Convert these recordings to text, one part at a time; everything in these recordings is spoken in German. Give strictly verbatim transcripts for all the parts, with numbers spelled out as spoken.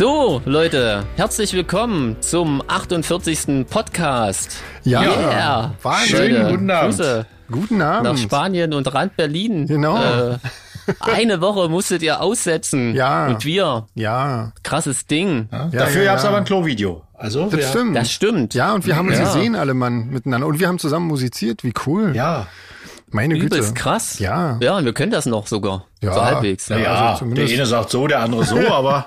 So, Leute, herzlich willkommen zum achtundvierzigsten Podcast. Ja, yeah. Wahnsinn. Schönen guten Abend. Grüße Guten Abend. nach Spanien und Rand Berlin. Genau. Äh, eine Woche musstet ihr aussetzen. Ja. Und wir. Ja. Krasses Ding. Ja, Ja, dafür ja, gab's ja. aber ein Klo-Video. Also, Das ja. stimmt. Das stimmt. Ja, und wir haben uns Ja. gesehen, alle Mann, miteinander. Und wir haben zusammen musiziert. Wie cool. Ja, Meine Güte. Übelst krass. Ja. Ja, und wir können das noch sogar. Ja. So halbwegs. ja, Ja. ja. also zumindest- Der eine sagt so, der andere so, aber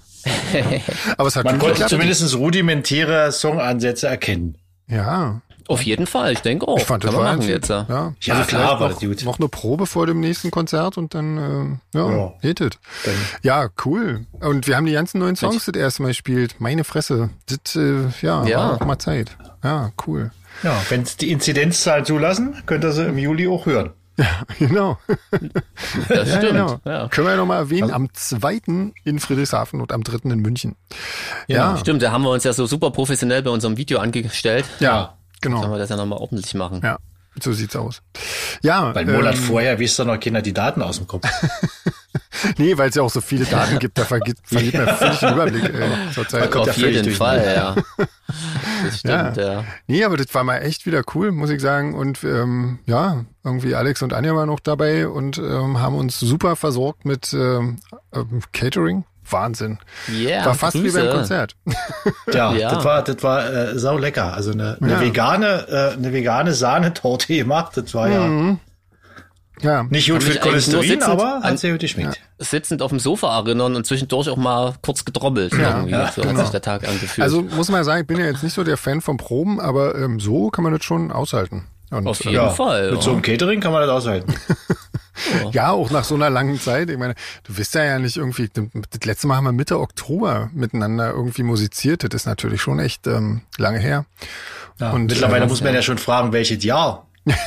Aber es hat man gut konnte geklappt. zumindest rudimentäre Songansätze erkennen. Ja. Auf jeden Fall, ich denke auch. Ich fand das Kann man war machen ein- jetzt. Ja. Ja, Ja, also klar, vielleicht war noch, das gut. noch eine Probe vor dem nächsten Konzert und dann, äh, ja, Ja. hittet. Dann- Ja, cool. Und wir haben die ganzen neuen Songs das erste Mal gespielt. Meine Fresse. Das, äh, ja, Ja. war auch mal Zeit. Ja, cool. Ja, wenn die Inzidenzzahlen zulassen, könnt ihr sie im Juli auch hören. Ja, genau. Das Ja, stimmt. genau. Ja. Können wir ja nochmal erwähnen, am zweiten in Friedrichshafen und am dritten in München. Ja, Stimmt, da haben wir uns ja so super professionell bei unserem Video angestellt. ja, Sollen genau. wir das ja nochmal ordentlich machen. Ja, so sieht's aus. Ja, Weil einen Monat ähm, vorher wisst ihr noch Kinder die Daten aus dem Kopf. nee, weil es ja auch so viele Daten gibt, da vergeht, verliert man völlig den Überblick äh, zur Zeit. kommt ja Auf völlig jeden Fall, durcheinander. ja. Das stimmt, ja. Nee, aber das war mal echt wieder cool, muss ich sagen. Und ähm, ja, irgendwie Alex und Anja waren noch dabei und ähm, haben uns super versorgt mit ähm, ähm, Catering. Wahnsinn. Yeah, war fast Grüße. wie beim Konzert. Ja, Ja. das war, das war äh, sau lecker. Also eine, eine Ja. vegane, äh, eine vegane Sahnetorte gemacht. Das war ja Ja, nicht gut Kann für mich eigentlich nur Cholesterin, sitzend aber an- hat sehr gut geschmeckt. Sitzend auf dem Sofa erinnern und zwischendurch auch mal kurz gedrobbelt. irgendwie. ja, so genau. hat sich der Tag angefühlt. also muss man sagen, ich bin ja jetzt nicht so der Fan von Proben, aber ähm, so kann man das schon aushalten. Und, Auf jeden Ja, Fall. mit ja. so einem Catering kann man das aushalten. Ja, auch nach so einer langen Zeit. Ich meine, du wirst ja ja nicht irgendwie, das letzte Mal haben wir Mitte Oktober miteinander irgendwie musiziert. Das ist natürlich schon echt ähm, lange her. Ja, Und, mittlerweile äh, muss man ja schon fragen, welches Jahr.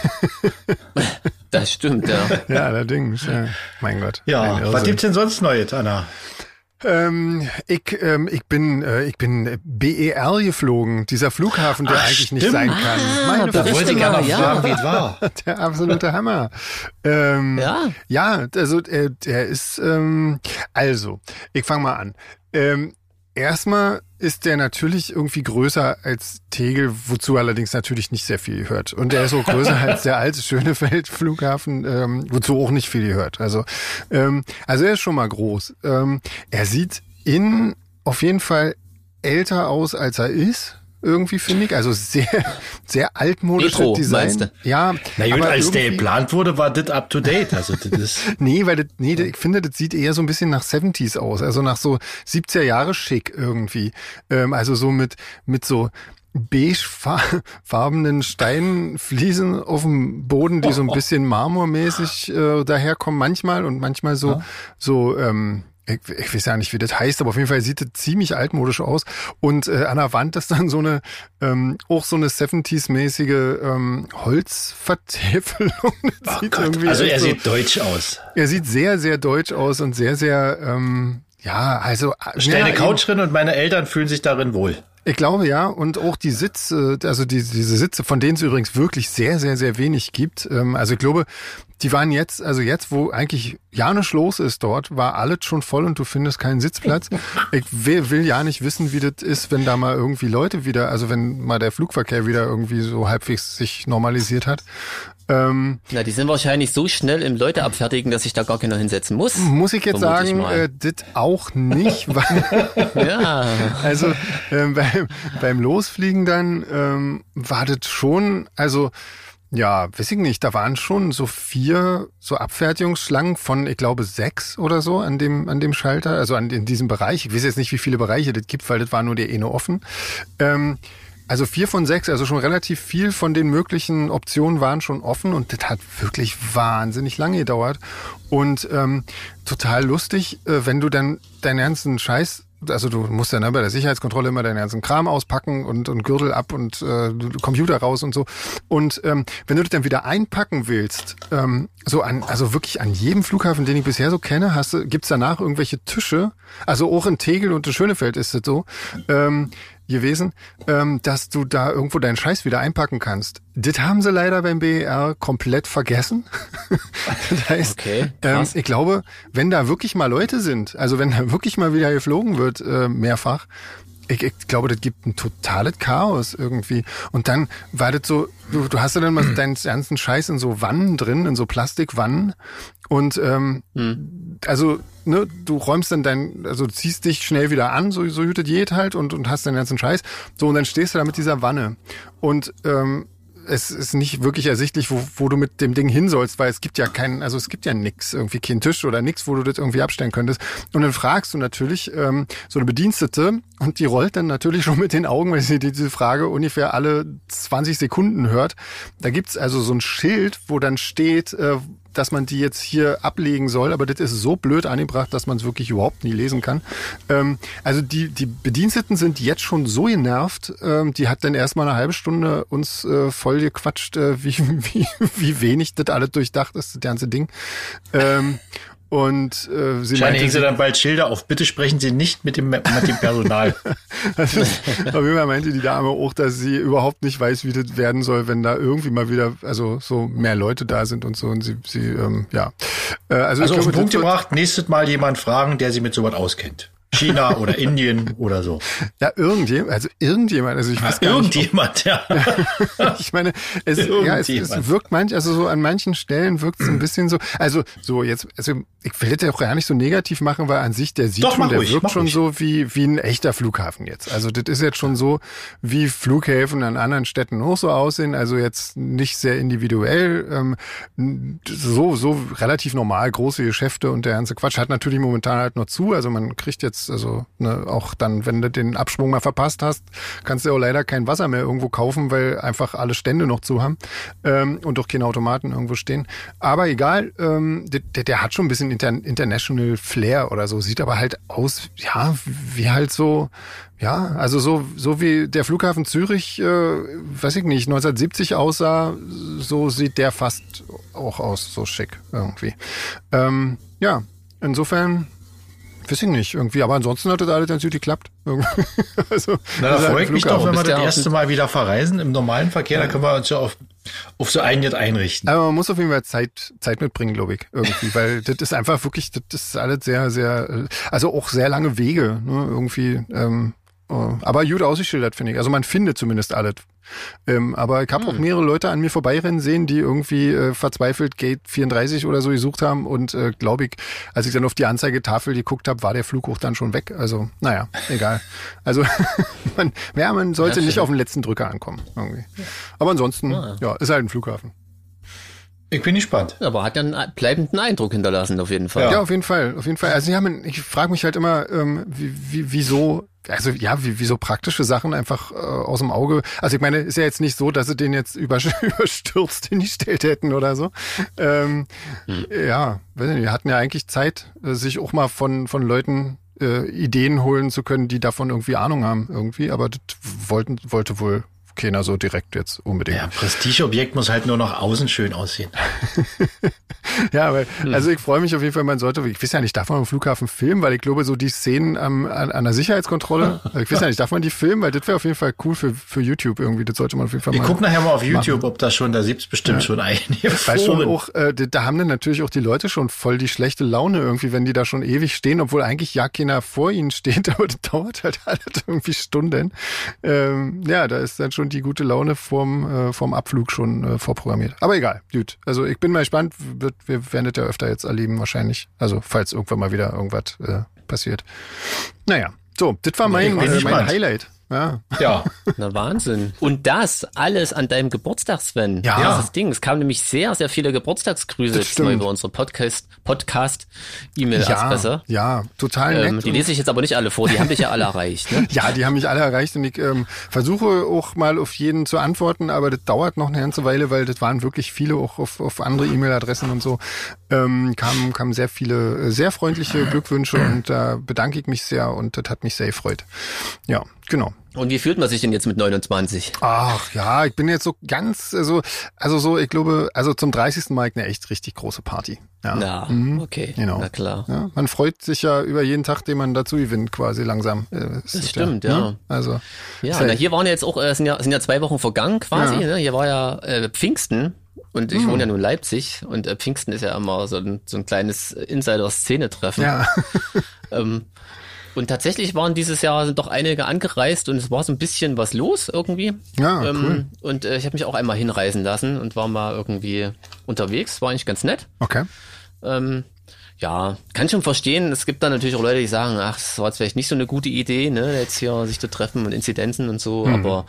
Das stimmt, ja. Ja, allerdings. Ja. Mein Gott. Ja, ein was Irrsinn. gibt's denn sonst Neues, Anna? Ähm, ich, ähm, ich bin, äh, ich bin B E R geflogen. Dieser Flughafen, der Ach, eigentlich nicht stimmt. sein kann. Meine da Fresse, wollte ich gerne noch noch ja. fragen, wie es war. der absolute Hammer. Ähm, Ja. Ja, also äh, der ist, ähm, also, ich fange mal an. Ähm, erstmal ist der natürlich irgendwie größer als Tegel, wozu allerdings natürlich nicht sehr viel gehört. Und der ist auch größer als der alte Schönefeld-Flughafen, ähm, wozu auch nicht viel gehört. Also, ähm, also er ist schon mal groß. Ähm, er sieht innen auf jeden Fall älter aus, als er ist. Irgendwie finde ich, also sehr, sehr altmodisches Retro, Design. meinst du? Ja, Na gut, aber als der irgendwie- geplant wurde, war das up to date. Also das ist, Nee, weil das, nee, das, ich finde, das sieht eher so ein bisschen nach siebziger aus, also nach so siebziger Jahre schick irgendwie. Ähm, also so mit mit so beigefarbenen Steinfliesen auf dem Boden, die so ein bisschen marmormäßig äh, daherkommen manchmal und manchmal so Ja. so ähm, ich, ich weiß ja nicht, wie das heißt, aber auf jeden Fall sieht das ziemlich altmodisch aus. Und äh, an der Wand ist dann so eine, ähm, auch so eine siebziger-mäßige ähm, Holzvertäfelung. Das oh sieht Gott, irgendwie also echt er so, sieht deutsch aus. er sieht sehr, sehr deutsch aus und sehr, sehr, ähm, ja, also... Stell ja, eine Couch drin und meine Eltern fühlen sich darin wohl. ich glaube, ja. Und auch die Sitze, also die, diese Sitze, von denen es übrigens wirklich sehr, sehr, sehr wenig gibt. Ähm, also ich glaube, die waren jetzt, also jetzt, wo eigentlich ja nichts los ist dort, war alles schon voll und du findest keinen Sitzplatz. Ich will, will ja nicht wissen, wie das ist, wenn da mal irgendwie Leute wieder, also wenn mal der Flugverkehr wieder irgendwie so halbwegs sich normalisiert hat. Ähm, Na, die sind wahrscheinlich so schnell im Leute abfertigen, dass sich da gar keiner hinsetzen muss. muss ich jetzt Vermute ich sagen, mal. äh, das auch nicht, weil... Ja. Also ähm, beim, beim Losfliegen dann ähm, war das schon, also ja, weiß ich nicht, da waren schon so vier so Abfertigungsschlangen von, ich glaube, sechs oder so an dem an dem Schalter, also an in diesem Bereich. Ich weiß jetzt nicht, wie viele Bereiche das gibt, weil das war nur der eine offen. Ähm, Also vier von sechs, also schon relativ viel von den möglichen Optionen waren schon offen und das hat wirklich wahnsinnig lange gedauert. Und ähm, total lustig, äh, wenn du dann deinen ganzen Scheiß, also du musst ja ne, bei der Sicherheitskontrolle immer deinen ganzen Kram auspacken und, und Gürtel ab und äh, Computer raus und so. Und ähm, wenn du das dann wieder einpacken willst, ähm, so an, also wirklich an jedem Flughafen, den ich bisher so kenne, hast du, gibt's danach irgendwelche Tische, also auch in Tegel und in Schönefeld ist das so, ähm, gewesen, ähm, dass du da irgendwo deinen Scheiß wieder einpacken kannst. Das haben sie leider beim B E R komplett vergessen. Das heißt, okay, ähm, ich glaube, wenn da wirklich mal Leute sind, also wenn da wirklich mal wieder geflogen wird, äh, mehrfach, Ich, ich glaube, das gibt ein totales Chaos irgendwie. Und dann war das so, du, du hast ja dann mal deinen ganzen Scheiß in so Wannen drin, in so Plastikwannen. Und ähm, hm. also, ne, du räumst dann dein, also ziehst dich schnell wieder an, so, so hütet jed halt und, und hast deinen ganzen Scheiß. So, und dann stehst du da mit dieser Wanne. Und ähm, es ist nicht wirklich ersichtlich, wo, wo du mit dem Ding hin sollst, weil es gibt ja keinen, also es gibt ja nix, irgendwie keinen Tisch oder nix, wo du das irgendwie abstellen könntest. Und dann fragst du natürlich ähm, so eine Bedienstete und die rollt dann natürlich schon mit den Augen, weil sie diese Frage ungefähr alle zwanzig Sekunden hört. Da gibt's also so ein Schild, wo dann steht, äh, dass man die jetzt hier ablegen soll, aber das ist so blöd angebracht, dass man es wirklich überhaupt nie lesen kann. Ähm, also die die Bediensteten sind jetzt schon so genervt, ähm, die hat dann erstmal eine halbe Stunde uns äh, voll gequatscht, äh, wie, wie, wie wenig das alles durchdacht ist, das ganze Ding. Ähm, Und äh, sie Scheine hängen sie dann bald Schilder auf. Bitte sprechen Sie nicht mit dem, mit dem Personal. Also, auf jeden Fall meinte die Dame auch, dass sie überhaupt nicht weiß, wie das werden soll, wenn da irgendwie mal wieder, also so mehr Leute da sind und so. Und sie, sie ähm, ja. Äh, also also ich auf glaube, den Punkt gebracht, nächstes Mal jemand fragen, der sich mit sowas auskennt. China oder Indien oder so. Ja, irgendjemand, also irgendjemand, also ich weiß gar irgendjemand, nicht. Irgendjemand, ja. Ich meine, es, ja, es, es wirkt manch, also so an manchen Stellen wirkt es ein bisschen so, also so jetzt, also ich will das ja auch gar nicht so negativ machen, weil an sich der sieht Doch, schon, der ruhig, wirkt schon ruhig. so wie wie ein echter Flughafen jetzt. Also das ist jetzt schon so, wie Flughäfen an anderen Städten auch so aussehen, also jetzt nicht sehr individuell, ähm, so so relativ normal große Geschäfte und der ganze Quatsch hat natürlich momentan halt noch zu, also man kriegt jetzt also ne, auch dann, wenn du den Abschwung mal verpasst hast, kannst du auch leider kein Wasser mehr irgendwo kaufen, weil einfach alle Stände noch zu haben ähm, und auch keine Automaten irgendwo stehen. Aber egal, ähm, der, der hat schon ein bisschen inter, International Flair oder so, sieht aber halt aus, ja, wie halt so, ja, also so so wie der Flughafen Zürich, äh, weiß ich nicht, neunzehnhundertsiebzig aussah, so sieht der fast auch aus, so schick irgendwie. Ähm, ja, insofern weiß ich nicht, irgendwie, aber ansonsten hat das alles ganz gut geklappt. Also, na, da freue ich mich doch, wenn wir das ja erste Mal wieder verreisen im normalen Verkehr, ja. Da können wir uns ja auf, auf so einen jetzt einrichten. Aber man muss auf jeden Fall Zeit, Zeit mitbringen, glaube ich, irgendwie, weil das ist einfach wirklich, das ist alles sehr, sehr, also auch sehr lange Wege, ne, irgendwie, ähm, aber gut ausgeschildert, finde ich. Also man findet zumindest alles. Ähm, aber ich habe hm. auch mehrere Leute an mir vorbeirennen sehen, die irgendwie äh, verzweifelt Gate vierunddreißig oder so gesucht haben und äh, glaube ich, als ich dann auf die Anzeigetafel geguckt habe, war der Flug auch dann schon weg. Also naja, egal. Also man, ja, man sollte ja, nicht auf den letzten Drücker ankommen. Irgendwie. Aber ansonsten, ja. ja, ist halt ein Flughafen. Ich bin gespannt. Aber hat ja einen bleibenden Eindruck hinterlassen, auf jeden Fall. Ja, ja auf jeden Fall, auf jeden Fall. Also sie haben, ich frage mich halt immer, ähm, wie, wie, wieso, also ja, wie, wie so praktische Sachen einfach äh, aus dem Auge. Also ich meine, ist ja jetzt nicht so, dass sie den jetzt überstürzt hingestellt hätten oder so. Ähm, hm. Ja, weiß nicht, wir hatten ja eigentlich Zeit, sich auch mal von von Leuten äh, Ideen holen zu können, die davon irgendwie Ahnung haben irgendwie. Aber das wollten wollte wohl keiner so direkt jetzt unbedingt. Ja, Prestigeobjekt muss halt nur nach außen schön aussehen. Ja, aber also ich freue mich auf jeden Fall, man sollte, ich weiß ja nicht, darf man am Flughafen filmen, weil ich glaube, so die Szenen am, an, an der Sicherheitskontrolle, also ich weiß ja nicht, darf man die filmen, weil das wäre auf jeden Fall cool für für YouTube irgendwie, das sollte man auf jeden Fall ich mal. Ich guck nachher mal auf YouTube, machen. Ob das schon, da gibt's bestimmt ja. schon einige Weil schon auch, äh, da haben dann natürlich auch die Leute schon voll die schlechte Laune irgendwie, wenn die da schon ewig stehen, obwohl eigentlich ja keiner vor ihnen steht, aber das dauert halt alles irgendwie Stunden. Ähm, ja, da ist dann schon die gute Laune vorm, äh, vorm Abflug schon äh, vorprogrammiert. Aber egal, gut. Also ich bin mal gespannt, wir, wir werden das ja öfter jetzt erleben wahrscheinlich. Also falls irgendwann mal wieder irgendwas äh, passiert. Naja, so, das war mein, äh, mein Highlight. Ja. Ja. Na Wahnsinn. Und das alles an deinem Geburtstag, Sven. Ja. Das ist das Ding. Es kamen nämlich sehr, sehr viele Geburtstagsgrüße jetzt mal über unsere Podcast, Podcast-E-Mail-Adresse. Ja, ja, total nett. Ähm, die lese ich jetzt aber nicht alle vor, die haben dich ja alle erreicht. Ne? Ja, die haben mich alle erreicht und ich ähm, versuche auch mal auf jeden zu antworten, aber das dauert noch eine ganze Weile, weil das waren wirklich viele auch auf, auf andere E-Mail-Adressen und so. ähm, kamen kamen sehr viele, sehr freundliche Glückwünsche und da bedanke ich mich sehr und das hat mich sehr gefreut. Ja, genau. Und wie fühlt man sich denn jetzt mit neunundzwanzig? Ach ja, ich bin jetzt so ganz, also, also so, ich glaube, also zum dreißigsten Mal eine echt richtig große Party. Ja, Na, mhm. okay, genau. Na klar. Ja, man freut sich ja über jeden Tag, den man dazu gewinnt, quasi langsam. Das, das stimmt, ja. ja. Also ja, na, hier waren jetzt auch, äh, sind ja sind ja zwei Wochen vergangen quasi. Ja. Ne? Hier war ja äh, Pfingsten. Und ich Hm. wohne ja nun in Leipzig und äh, Pfingsten ist ja immer so ein, so ein kleines Insider-Szene-Treffen. Ja. ähm, und tatsächlich waren dieses Jahr sind doch einige angereist und es war so ein bisschen was los irgendwie. Ja, ähm, cool. Und äh, ich habe mich auch einmal hinreisen lassen und war mal irgendwie unterwegs. War eigentlich ganz nett. Okay. Ähm, ja, kann schon verstehen. Es gibt da natürlich auch Leute, die sagen, ach, das war jetzt vielleicht nicht so eine gute Idee, ne, jetzt hier sich zu treffen und Inzidenzen und so, Hm. aber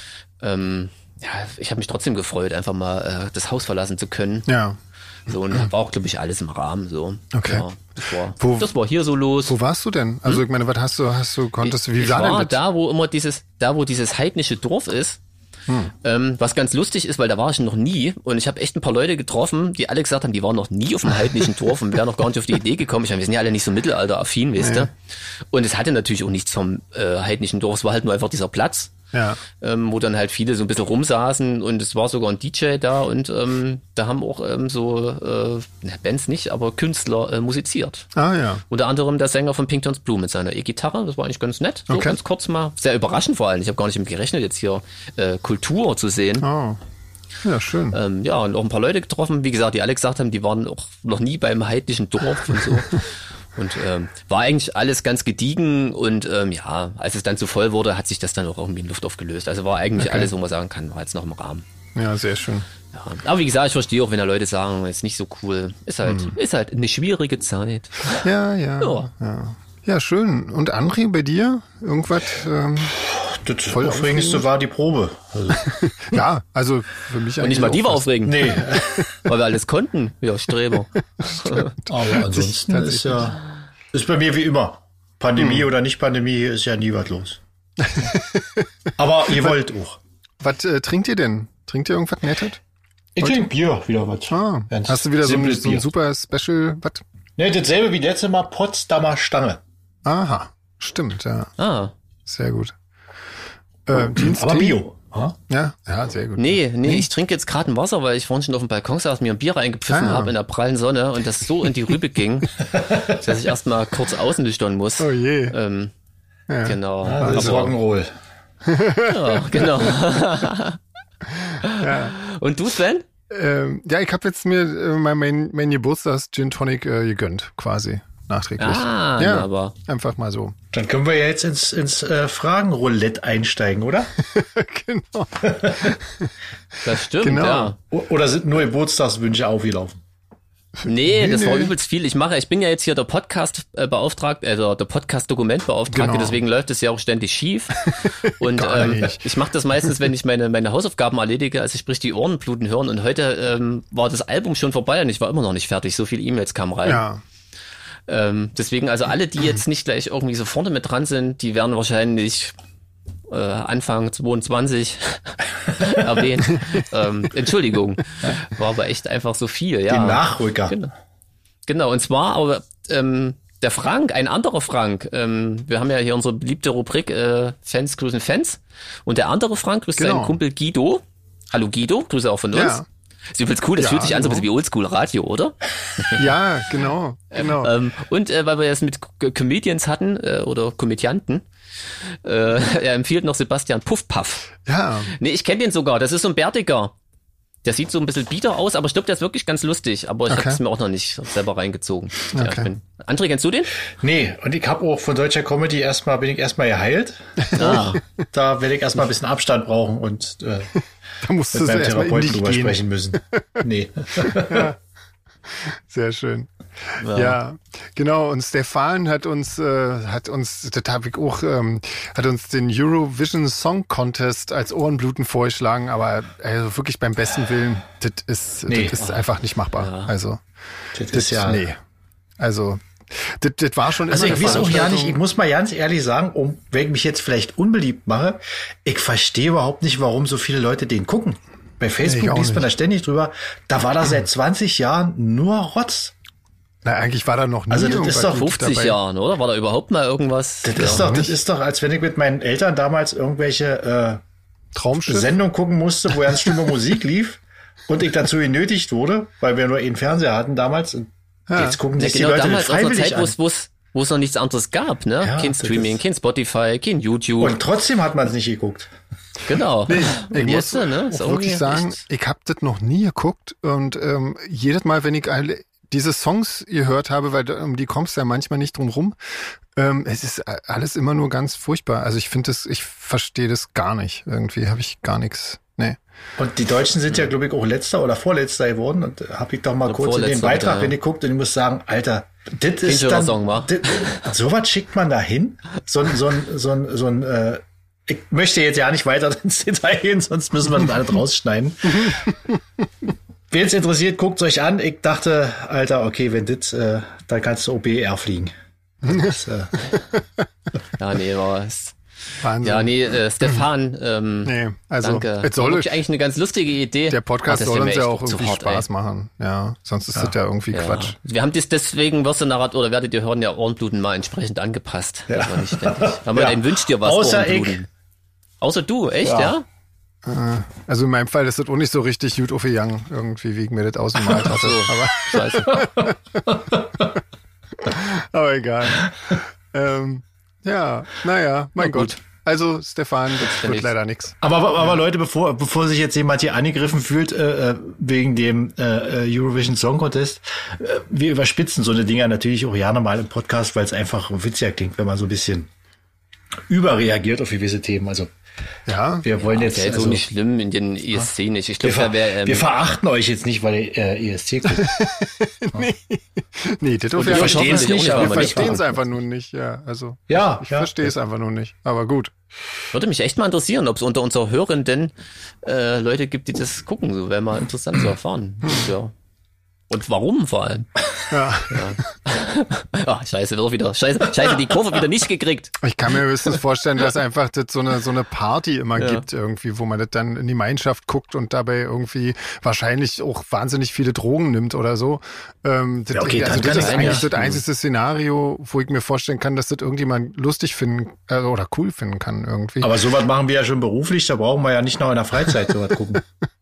ähm, ja, ich habe mich trotzdem gefreut, einfach mal äh, das Haus verlassen zu können. Ja. So, und war auch, glaube ich, alles im Rahmen. So. Okay. Ja, das, war, Wo- das war hier so los. Wo warst du denn? Also ich meine, was hast du, hast du, konntest du, wie ich war denn war das? da, wo immer dieses, da wo dieses heidnische Dorf ist, Hm. ähm, was ganz lustig ist, weil da war ich noch nie und ich habe echt ein paar Leute getroffen, die alle gesagt haben, die waren noch nie auf dem heidnischen Dorf und wären noch gar nicht auf die Idee gekommen. Ich meine, wir sind ja alle nicht so mittelalteraffin, weißt Nee. du? Und es hatte natürlich auch nichts vom äh, heidnischen Dorf, es war halt nur einfach dieser Platz. Ja. Ähm, wo dann halt viele so ein bisschen rumsaßen und es war sogar ein D J da und ähm, da haben auch ähm, so äh, Bands nicht, aber Künstler äh, musiziert. Ah ja. Unter anderem der Sänger von Pinkton's Blue mit seiner E-Gitarre, das war eigentlich ganz nett, so Okay. ganz kurz mal, sehr überraschend vor allem. Ich habe gar nicht mit gerechnet, jetzt hier äh, Kultur zu sehen. Oh. Ja, schön. Ähm, ja, und auch ein paar Leute getroffen, wie gesagt, die alle gesagt haben, die waren auch noch nie beim heidnischen Dorf und so. Und ähm, war eigentlich alles ganz gediegen und ähm, ja, als es dann zu voll wurde, hat sich das dann auch irgendwie in Luft aufgelöst. Also war eigentlich Okay. alles, wo man sagen kann, war jetzt noch im Rahmen. Ja, sehr schön. Ja. Aber wie gesagt, ich verstehe auch, wenn da Leute sagen, ist nicht so cool. Ist halt, Hm. ist halt eine schwierige Zeit. Ja, ja. Ja. Ja, ja schön. Und André, bei dir? Irgendwas? Ähm, Das Voll Aufregendste aufregend. war die Probe. Also, ja, also für mich Und nicht mal die war aufregend, nee, weil wir alles konnten. Ja, Streber. aber ansonsten tatsächlich. ist ja, ist bei mir wie immer. Pandemie oder nicht Pandemie, ist ja nie was los. Aber ihr wollt auch. Was äh, trinkt ihr denn? Trinkt ihr irgendwas Nettes? Ich trinke Bier, wieder was. Ah, Ganz hast du wieder so ein, simples so ein Bier. super Special? Was? Ne, dasselbe wie letztes Mal, Potsdamer Stange. Aha, stimmt, ja. Ah. Sehr gut. Äh, Jeans Aber Tee? Bio. Ha? Ja, ja, sehr gut. Nee, nee, ich trinke jetzt gerade ein Wasser, weil ich vorhin schon auf dem Balkon saß, mir ein Bier reingepfiffen Ah. habe in der prallen Sonne und das so in die Rübe ging, dass ich erstmal kurz außennüchtern muss. Oh je. Ähm, Ja. Genau. Ja, das ist Aber- Rock'n'Roll. ja, genau. Und du, Sven? Ähm, ja, ich habe jetzt mir äh, mein, mein, mein Geburtstags Gin Tonic äh, gegönnt, quasi. Nachträglich. Ah, ja, na, aber einfach mal so. Dann können wir ja jetzt ins, ins äh, Fragenroulette einsteigen, oder? Genau. das stimmt, Genau. ja. O- Oder sind nur Geburtstagswünsche aufgelaufen? Nee, das nee. war übelst viel. Ich mache, ich bin ja jetzt hier der Podcast-Beauftragte, also der Podcast-Dokumentbeauftragte, Genau. deswegen läuft es ja auch ständig schief. Und Gar ähm, nicht. ich mache das meistens, wenn ich meine meine Hausaufgaben erledige, also sprich die Ohren bluten hören. Und heute ähm, war das Album schon vorbei und ich war immer noch nicht fertig. So viele E-Mails kamen rein. Ja. Ähm, deswegen, also alle, die jetzt nicht gleich irgendwie so vorne mit dran sind, die werden wahrscheinlich äh, Anfang zweiundzwanzig erwähnt. ähm, Entschuldigung, war aber echt einfach so viel. Ja. Die Nachrücker. Genau. Genau, und zwar aber ähm, der Frank, ein anderer Frank. Ähm, wir haben ja hier unsere beliebte Rubrik äh, Fans grüßen Fans. Und der andere Frank grüßt Genau. seinen Kumpel Guido. Hallo Guido, Grüße auch von uns. Ja. Ist übrigens cool, das Ja, fühlt sich an so ein genau. bisschen wie Oldschool-Radio, oder? Ja, genau, genau. Ähm, und äh, weil wir es mit C- Comedians hatten äh, oder Komödianten, äh, er empfiehlt noch Sebastian Puffpaff. Ja, Nee, ich kenne den sogar, das ist so ein Bärtiger. Der sieht so ein bisschen bieder aus, aber stimmt, der ist wirklich ganz lustig. Aber ich Okay. habe es mir auch noch nicht selber reingezogen. Ja, Okay. ich bin, André, kennst du den? Nee, und ich habe auch von deutscher Comedy erstmal, bin ich erstmal geheilt. Ah. Da werde ich erstmal ein bisschen Abstand brauchen und äh, da musst mit du so meinem erstmal in Therapeuten dich drüber gehen. sprechen müssen. Nee. Sehr schön. Ja. Ja, genau. Und Stefan hat uns, äh, hat uns, das habe ich auch, ähm, hat uns den Eurovision Song Contest als Ohrenbluten vorgeschlagen, aber also wirklich beim besten Willen, das ist, Nee. das ist einfach nicht machbar. Ja. Also, Das das ist ja. nee. Also, das, das war schon Also immer ich eine weiß auch ja nicht, ich Veranstaltung. muss mal ganz ehrlich sagen, um, wenn ich mich jetzt vielleicht unbeliebt mache, ich verstehe überhaupt nicht, warum so viele Leute den gucken. Bei Ich Facebook auch liest man nicht. da ständig drüber. Da war da seit zwanzig Jahren nur Rotz. Na, eigentlich war da noch nie Also das irgendwas ist doch fünfzig dabei. Jahren, oder? War da überhaupt mal irgendwas? Das ist doch, das ist doch, als wenn ich mit meinen Eltern damals irgendwelche äh, Traumschiff? Sendung gucken musste, wo ganz schlimme Musik lief und ich dazu genötigt wurde, weil wir nur einen Fernseher hatten damals. Und Ja. jetzt gucken Ja, sich genau, die Leute das damals aus einer freiwillig Zeit, an. wo es, wo es, wo es noch nichts anderes gab, ne? Ja, kein das Streaming, ist- kein Spotify, kein YouTube. Und trotzdem hat man es nicht geguckt. genau. Nee, ich Und muss jetzt, ne? Ist auch wirklich irgendwie sagen, echt- ich habe das noch nie geguckt und ähm, jedes Mal, wenn ich alle diese Songs gehört habe, weil da- um die kommst du ja manchmal nicht drum rum, ähm, es ist alles immer nur ganz furchtbar. Also ich finde das, ich verstehe das gar nicht. Irgendwie habe ich gar nichts. Nee. Und die Deutschen sind ja, glaube ich, auch letzter oder vorletzter geworden. Und äh, habe ich doch mal Oder kurz in den vorletzter Beitrag wieder, ja. reingeguckt und ich muss sagen, Alter, das ist schöner dann, Song, wa? das, sowas schickt man da hin? So ein, so ein, so ein, so ein, äh, ich möchte jetzt ja nicht weiter ins Detail gehen, sonst müssen wir das alles rausschneiden. Wen es interessiert, guckt euch an. Ich dachte, Alter, okay, wenn das, äh, dann kannst du O B R fliegen. Das, äh, Ja, nee, war es. Wahnsinn. Ja, nee, äh, Stefan, ähm, Nee, also danke. es soll War wirklich eigentlich eine ganz lustige Idee. der Podcast Ah, das soll wäre uns mir ja echt auch zu irgendwie hart, Spaß ey. machen. Ja, sonst ist das ja irgendwie Ja. Quatsch. Wir haben das deswegen, wirst du Narrat oder werdet ihr hören, ja Ohrenbluten mal entsprechend angepasst. Ja. Aber nicht ständig. Haben wir Ja. ein Wünsch dir was, Außer Ohrenbluten. Außer du, echt, ja? Ja. Also in meinem Fall ist das auch nicht so richtig gut auf Young, irgendwie, wie ich mir das ausgemalt hatte. aber, Scheiße. aber egal. ähm, ja, naja, mein Na gut. Gott. Also Stefan, das wird nichts. leider nichts. Aber, aber, aber Leute, bevor, bevor sich jetzt jemand hier angegriffen fühlt, äh, äh, wegen dem äh, äh, Eurovision Song Contest, äh, wir überspitzen so eine Dinger natürlich auch gerne mal im Podcast, weil es einfach witziger klingt, wenn man so ein bisschen überreagiert auf gewisse Themen. Also Ja, wir wollen jetzt, Der ist so also, nicht schlimm in den E S C nicht. Ich wir, glaube, ver da wäre, ähm, wir verachten euch jetzt nicht, weil ihr äh, E S C guckt. nee, das Und auf wir jeden Fall verstehen nicht. es nicht, Wir aber wir verstehen es nicht. einfach nur nicht, ja. Also Ja, ich ja. verstehe es einfach nur nicht. Aber gut. würde mich echt mal interessieren, ob es unter unseren Hörenden äh, Leute gibt, die das gucken. So wäre mal interessant zu erfahren. Ja. Und warum vor allem? Ja. Ah, scheiße, wird wieder. Scheiße, scheiße, die Kurve wieder nicht gekriegt. Ich kann mir höchstens vorstellen, dass einfach das so eine so eine Party immer Ja. gibt irgendwie, wo man das dann in die Gemeinschaft guckt und dabei irgendwie wahrscheinlich auch wahnsinnig viele Drogen nimmt oder so. Ähm, das, Ja, okay, also dann das kann ist ich- eigentlich ja. das einzige Szenario, wo ich mir vorstellen kann, dass das irgendjemand lustig finden äh, oder cool finden kann irgendwie. Aber sowas machen wir ja schon beruflich, da brauchen wir ja nicht noch in der Freizeit sowas gucken.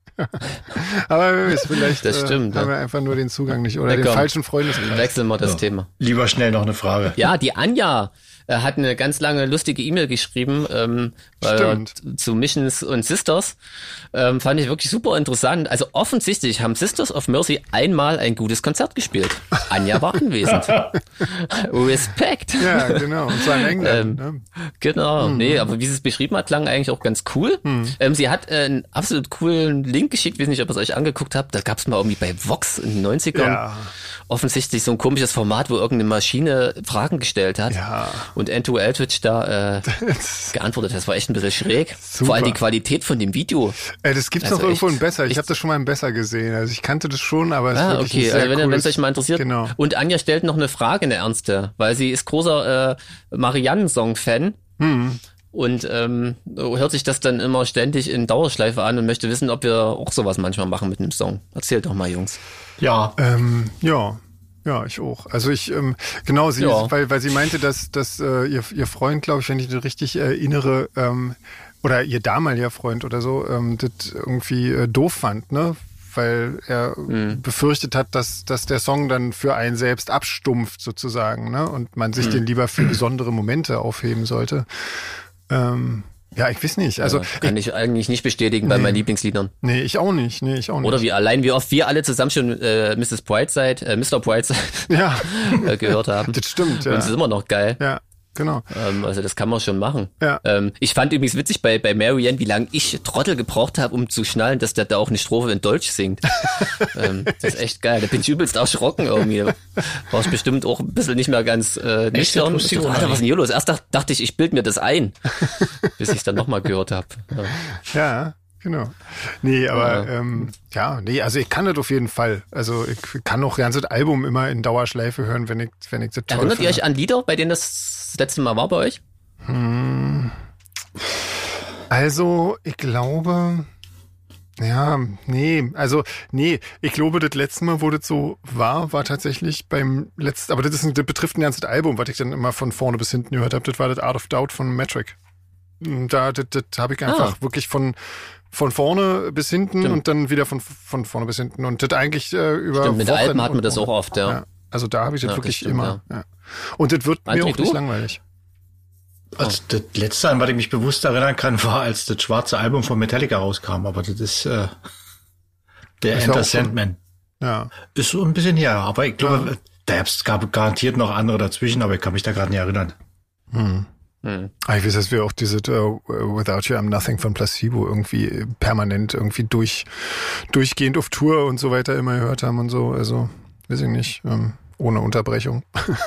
Aber wer weiß, vielleicht Das stimmt, äh, haben ja. wir einfach nur den Zugang nicht oder Na den komm. falschen Freundeskreis. Wechseln wir das Thema. Lieber schnell noch eine Frage. Ja, die Anja äh, hat eine ganz lange lustige E-Mail geschrieben ähm, äh, Stimmt. zu Missions und Sisters. Ähm, fand ich wirklich super interessant. Also offensichtlich haben Sisters of Mercy einmal ein gutes Konzert gespielt. Anja war anwesend. Respekt. Ja, genau. Und zwar in England. Ähm, ne? Genau, nee, aber wie sie es beschrieben hat, klang eigentlich auch ganz cool. Ähm, sie hat äh, einen absolut coolen Link geschickt, weiß nicht, ob ihr es euch angeguckt habt. Da gab es mal irgendwie bei Vox in den neunzigern Ja. offensichtlich so ein komisches Format, wo irgendeine Maschine Fragen gestellt hat Ja. und Andrew Eldridge da äh, geantwortet hat. Das war echt ein bisschen schräg. Super. Vor allem die Qualität von dem Video. Äh, das gibt's Also noch irgendwo echt- in besser. Ich echt- habe das schon mal in besser gesehen. Also ich kannte das schon, aber es ist Ah, wirklich okay, ein sehr also wenn wenn cooles, es euch mal interessiert. Genau. Und Anja stellt noch eine Frage, eine ernste, weil sie ist großer äh, Marianne-Song-Fan. Hm. Und ähm, hört sich das dann immer ständig in Dauerschleife an und möchte wissen, ob wir auch sowas manchmal machen mit einem Song. Erzählt doch mal, Jungs. Ja, Ähm, ja. Ja, ich auch. Also ich, ähm, genau, sie, Ja. weil, weil sie meinte, dass, dass äh, ihr, ihr Freund, glaube ich, wenn ich das richtig erinnere, ähm, oder ihr damaliger Freund oder so, ähm, das irgendwie äh, doof fand, ne? Weil er Mhm. befürchtet hat, dass, dass der Song dann für einen selbst abstumpft sozusagen, ne? Und man sich Mhm. den lieber für besondere Momente aufheben sollte. Ähm, ja, ich weiß nicht. Also, äh, kann ich eigentlich nicht bestätigen bei meinen Lieblingsliedern. nee, ich auch nicht. Nee, ich auch nicht. Oder wie allein, wie oft wir alle zusammen schon äh, Misses Brightside, äh, Mister Brightside Ja, äh, gehört haben. das stimmt, ja. Und es ist immer noch geil. Ja, genau. Ähm, also das kann man schon machen. Ja. Ähm, ich fand übrigens witzig bei, bei Marianne, wie lange ich Trottel gebraucht habe, um zu schnallen, dass der da auch eine Strophe in Deutsch singt. ähm, das ist echt geil. Da bin ich übelst erschrocken irgendwie. War ich bestimmt auch ein bisschen nicht mehr ganz äh, nüchtern. lustig, Ich dachte, oder? Alter, was ist denn hier los? Erst dach- dachte ich, ich bild mir das ein, bis ich es dann nochmal gehört habe. Ja. Ja, genau. Nee, aber Ja. ähm, ja, nee, also ich kann das auf jeden Fall. Also ich kann auch ganz das Album immer in Dauerschleife hören, wenn ich, wenn ich das toll Erinnert ihr finde. euch an Lieder, bei denen das das letzte Mal war bei euch? Also, ich glaube, Ja, nee, also, nee, ich glaube, das letzte Mal, wo das so war, war tatsächlich beim letzten, aber das, ist, das betrifft ein ganzes Album, was ich dann immer von vorne bis hinten gehört habe, das war das Art of Doubt von Metric. Da, das, das habe ich einfach ah. wirklich von, von vorne bis hinten Stimmt. und dann wieder von, von vorne bis hinten und das eigentlich äh, über Stimmt, mit Wochen Alben hat man das auch oft, ja. ja also da habe ich das ja, wirklich das stimmt, immer. Ja. Ja. Und das wird André, mir auch nicht du? langweilig. Also das letzte, an was ich mich bewusst erinnern kann, war, als das schwarze Album von Metallica rauskam. Aber das ist äh, der das Enter Sandman. Ja. Ist so ein bisschen her. Aber ich glaube, ja. da gab garantiert noch andere dazwischen, aber ich kann mich da gerade nicht erinnern. Hm. Hm. Ich weiß, dass wir auch diese uh, Without You I'm Nothing von Placebo irgendwie permanent irgendwie durch durchgehend auf Tour und so weiter immer gehört haben und so. Also, weiß ich nicht. Ähm, ohne Unterbrechung.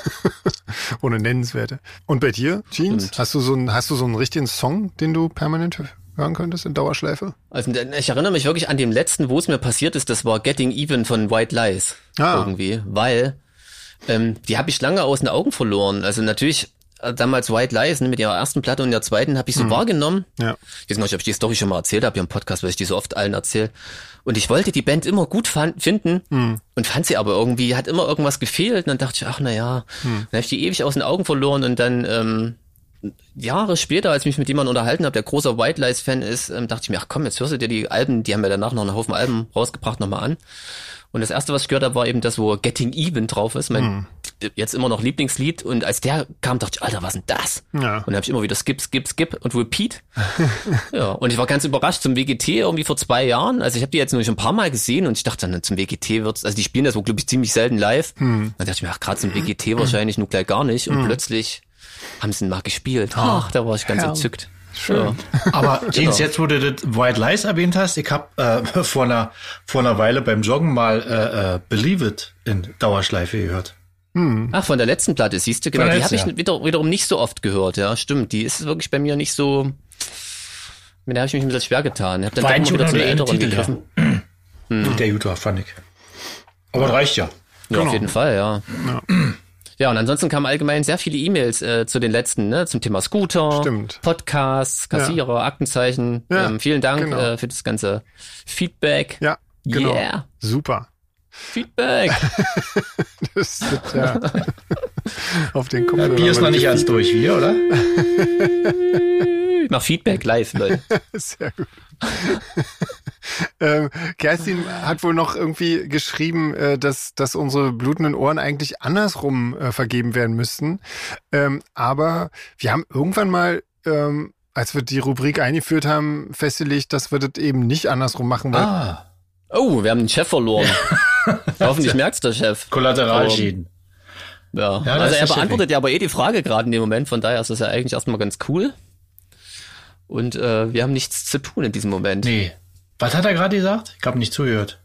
Ohne Nennenswerte. Und bei dir, Jeans, Stimmt. hast du so einen, hast du so einen richtigen Song, den du permanent hören könntest in Dauerschleife? Also ich erinnere mich wirklich an den letzten, wo es mir passiert ist, das war Getting Even von White Lies. Ah. Irgendwie. Weil ähm, die habe ich lange aus den Augen verloren. Also natürlich damals White Lies, ne, mit ihrer ersten Platte und der zweiten habe ich so mhm. wahrgenommen. Ja. Ich weiß nicht, ob ich die Story schon mal erzählt habe hier im Podcast, weil ich die so oft allen erzähle. Und ich wollte die Band immer gut fand, finden mhm. und fand sie aber irgendwie, hat immer irgendwas gefehlt. Und dann dachte ich, ach naja, mhm. dann habe ich die ewig aus den Augen verloren und dann ähm, Jahre später, als ich mich mit jemandem unterhalten habe, der großer White Lies Fan ist, ähm, dachte ich mir, ach komm, jetzt hörst du dir die Alben, die haben ja danach noch einen Haufen Alben rausgebracht, nochmal an. Und das erste, was ich gehört habe, war eben das, wo Getting Even drauf ist, mein mhm. jetzt immer noch Lieblingslied. Und als der kam, dachte ich, Alter, was ist denn das? Ja. Und dann habe ich immer wieder Skip, Skip, Skip und Repeat. Ja. Und ich war ganz überrascht zum W G T irgendwie vor zwei Jahren. Also ich habe die jetzt nur schon ein paar Mal gesehen und ich dachte dann, zum W G T wird's, also die spielen das wohl, glaube ich, ziemlich selten live. Mhm. Dann dachte ich mir, ach, gerade zum W G T wahrscheinlich nur gleich gar nicht. Und mhm. plötzlich haben sie ihn mal gespielt. Ach, da war ich ganz ja. entzückt. Schön. Ja. Aber Jeans, genau. Jetzt wo du das White Lies erwähnt hast, ich habe äh, vor einer vor einer Weile beim Joggen mal äh, äh, Believe It in Dauerschleife gehört. Hm. Ach, von der letzten Platte, siehst du, genau, die habe ich ja. wieder, wiederum nicht so oft gehört, ja, stimmt, die ist wirklich bei mir nicht so, mit der habe ich mich ein bisschen schwer getan. Ich habe dann War doch mal wieder zu einer älteren gegriffen. Ja. Hm. Der Utah fand ich. Aber ja. das reicht ja. Ja, genau. Auf jeden Fall, ja. ja. Ja, und ansonsten kamen allgemein sehr viele E-Mails äh, zu den letzten, ne, zum Thema Scooter, Stimmt. Podcasts, Kassierer, ja. Aktenzeichen. Ja, ähm, vielen Dank genau. äh, für das ganze Feedback. Ja, genau. Yeah. Super. Feedback. Das ist ja auf den Kopf. Ja, Bier ist noch nicht ganz durch, wie, oder? Ich mach Feedback live, Leute. Sehr gut. ähm, Kerstin hat wohl noch irgendwie geschrieben, äh, dass, dass unsere blutenden Ohren eigentlich andersrum äh, vergeben werden müssten. Ähm, aber wir haben irgendwann mal, ähm, als wir die Rubrik eingeführt haben, festgelegt, dass wir das eben nicht andersrum machen wollen. Ah. Oh, wir haben den Chef verloren. Hoffentlich merkt's der Chef. Kollateralschäden. Ja, ja also er beantwortet ja aber eh die Frage gerade in dem Moment, von daher ist das ja eigentlich erstmal ganz cool. Und äh, wir haben nichts zu tun in diesem Moment. Nee. Was hat er gerade gesagt? Ich habe nicht zugehört.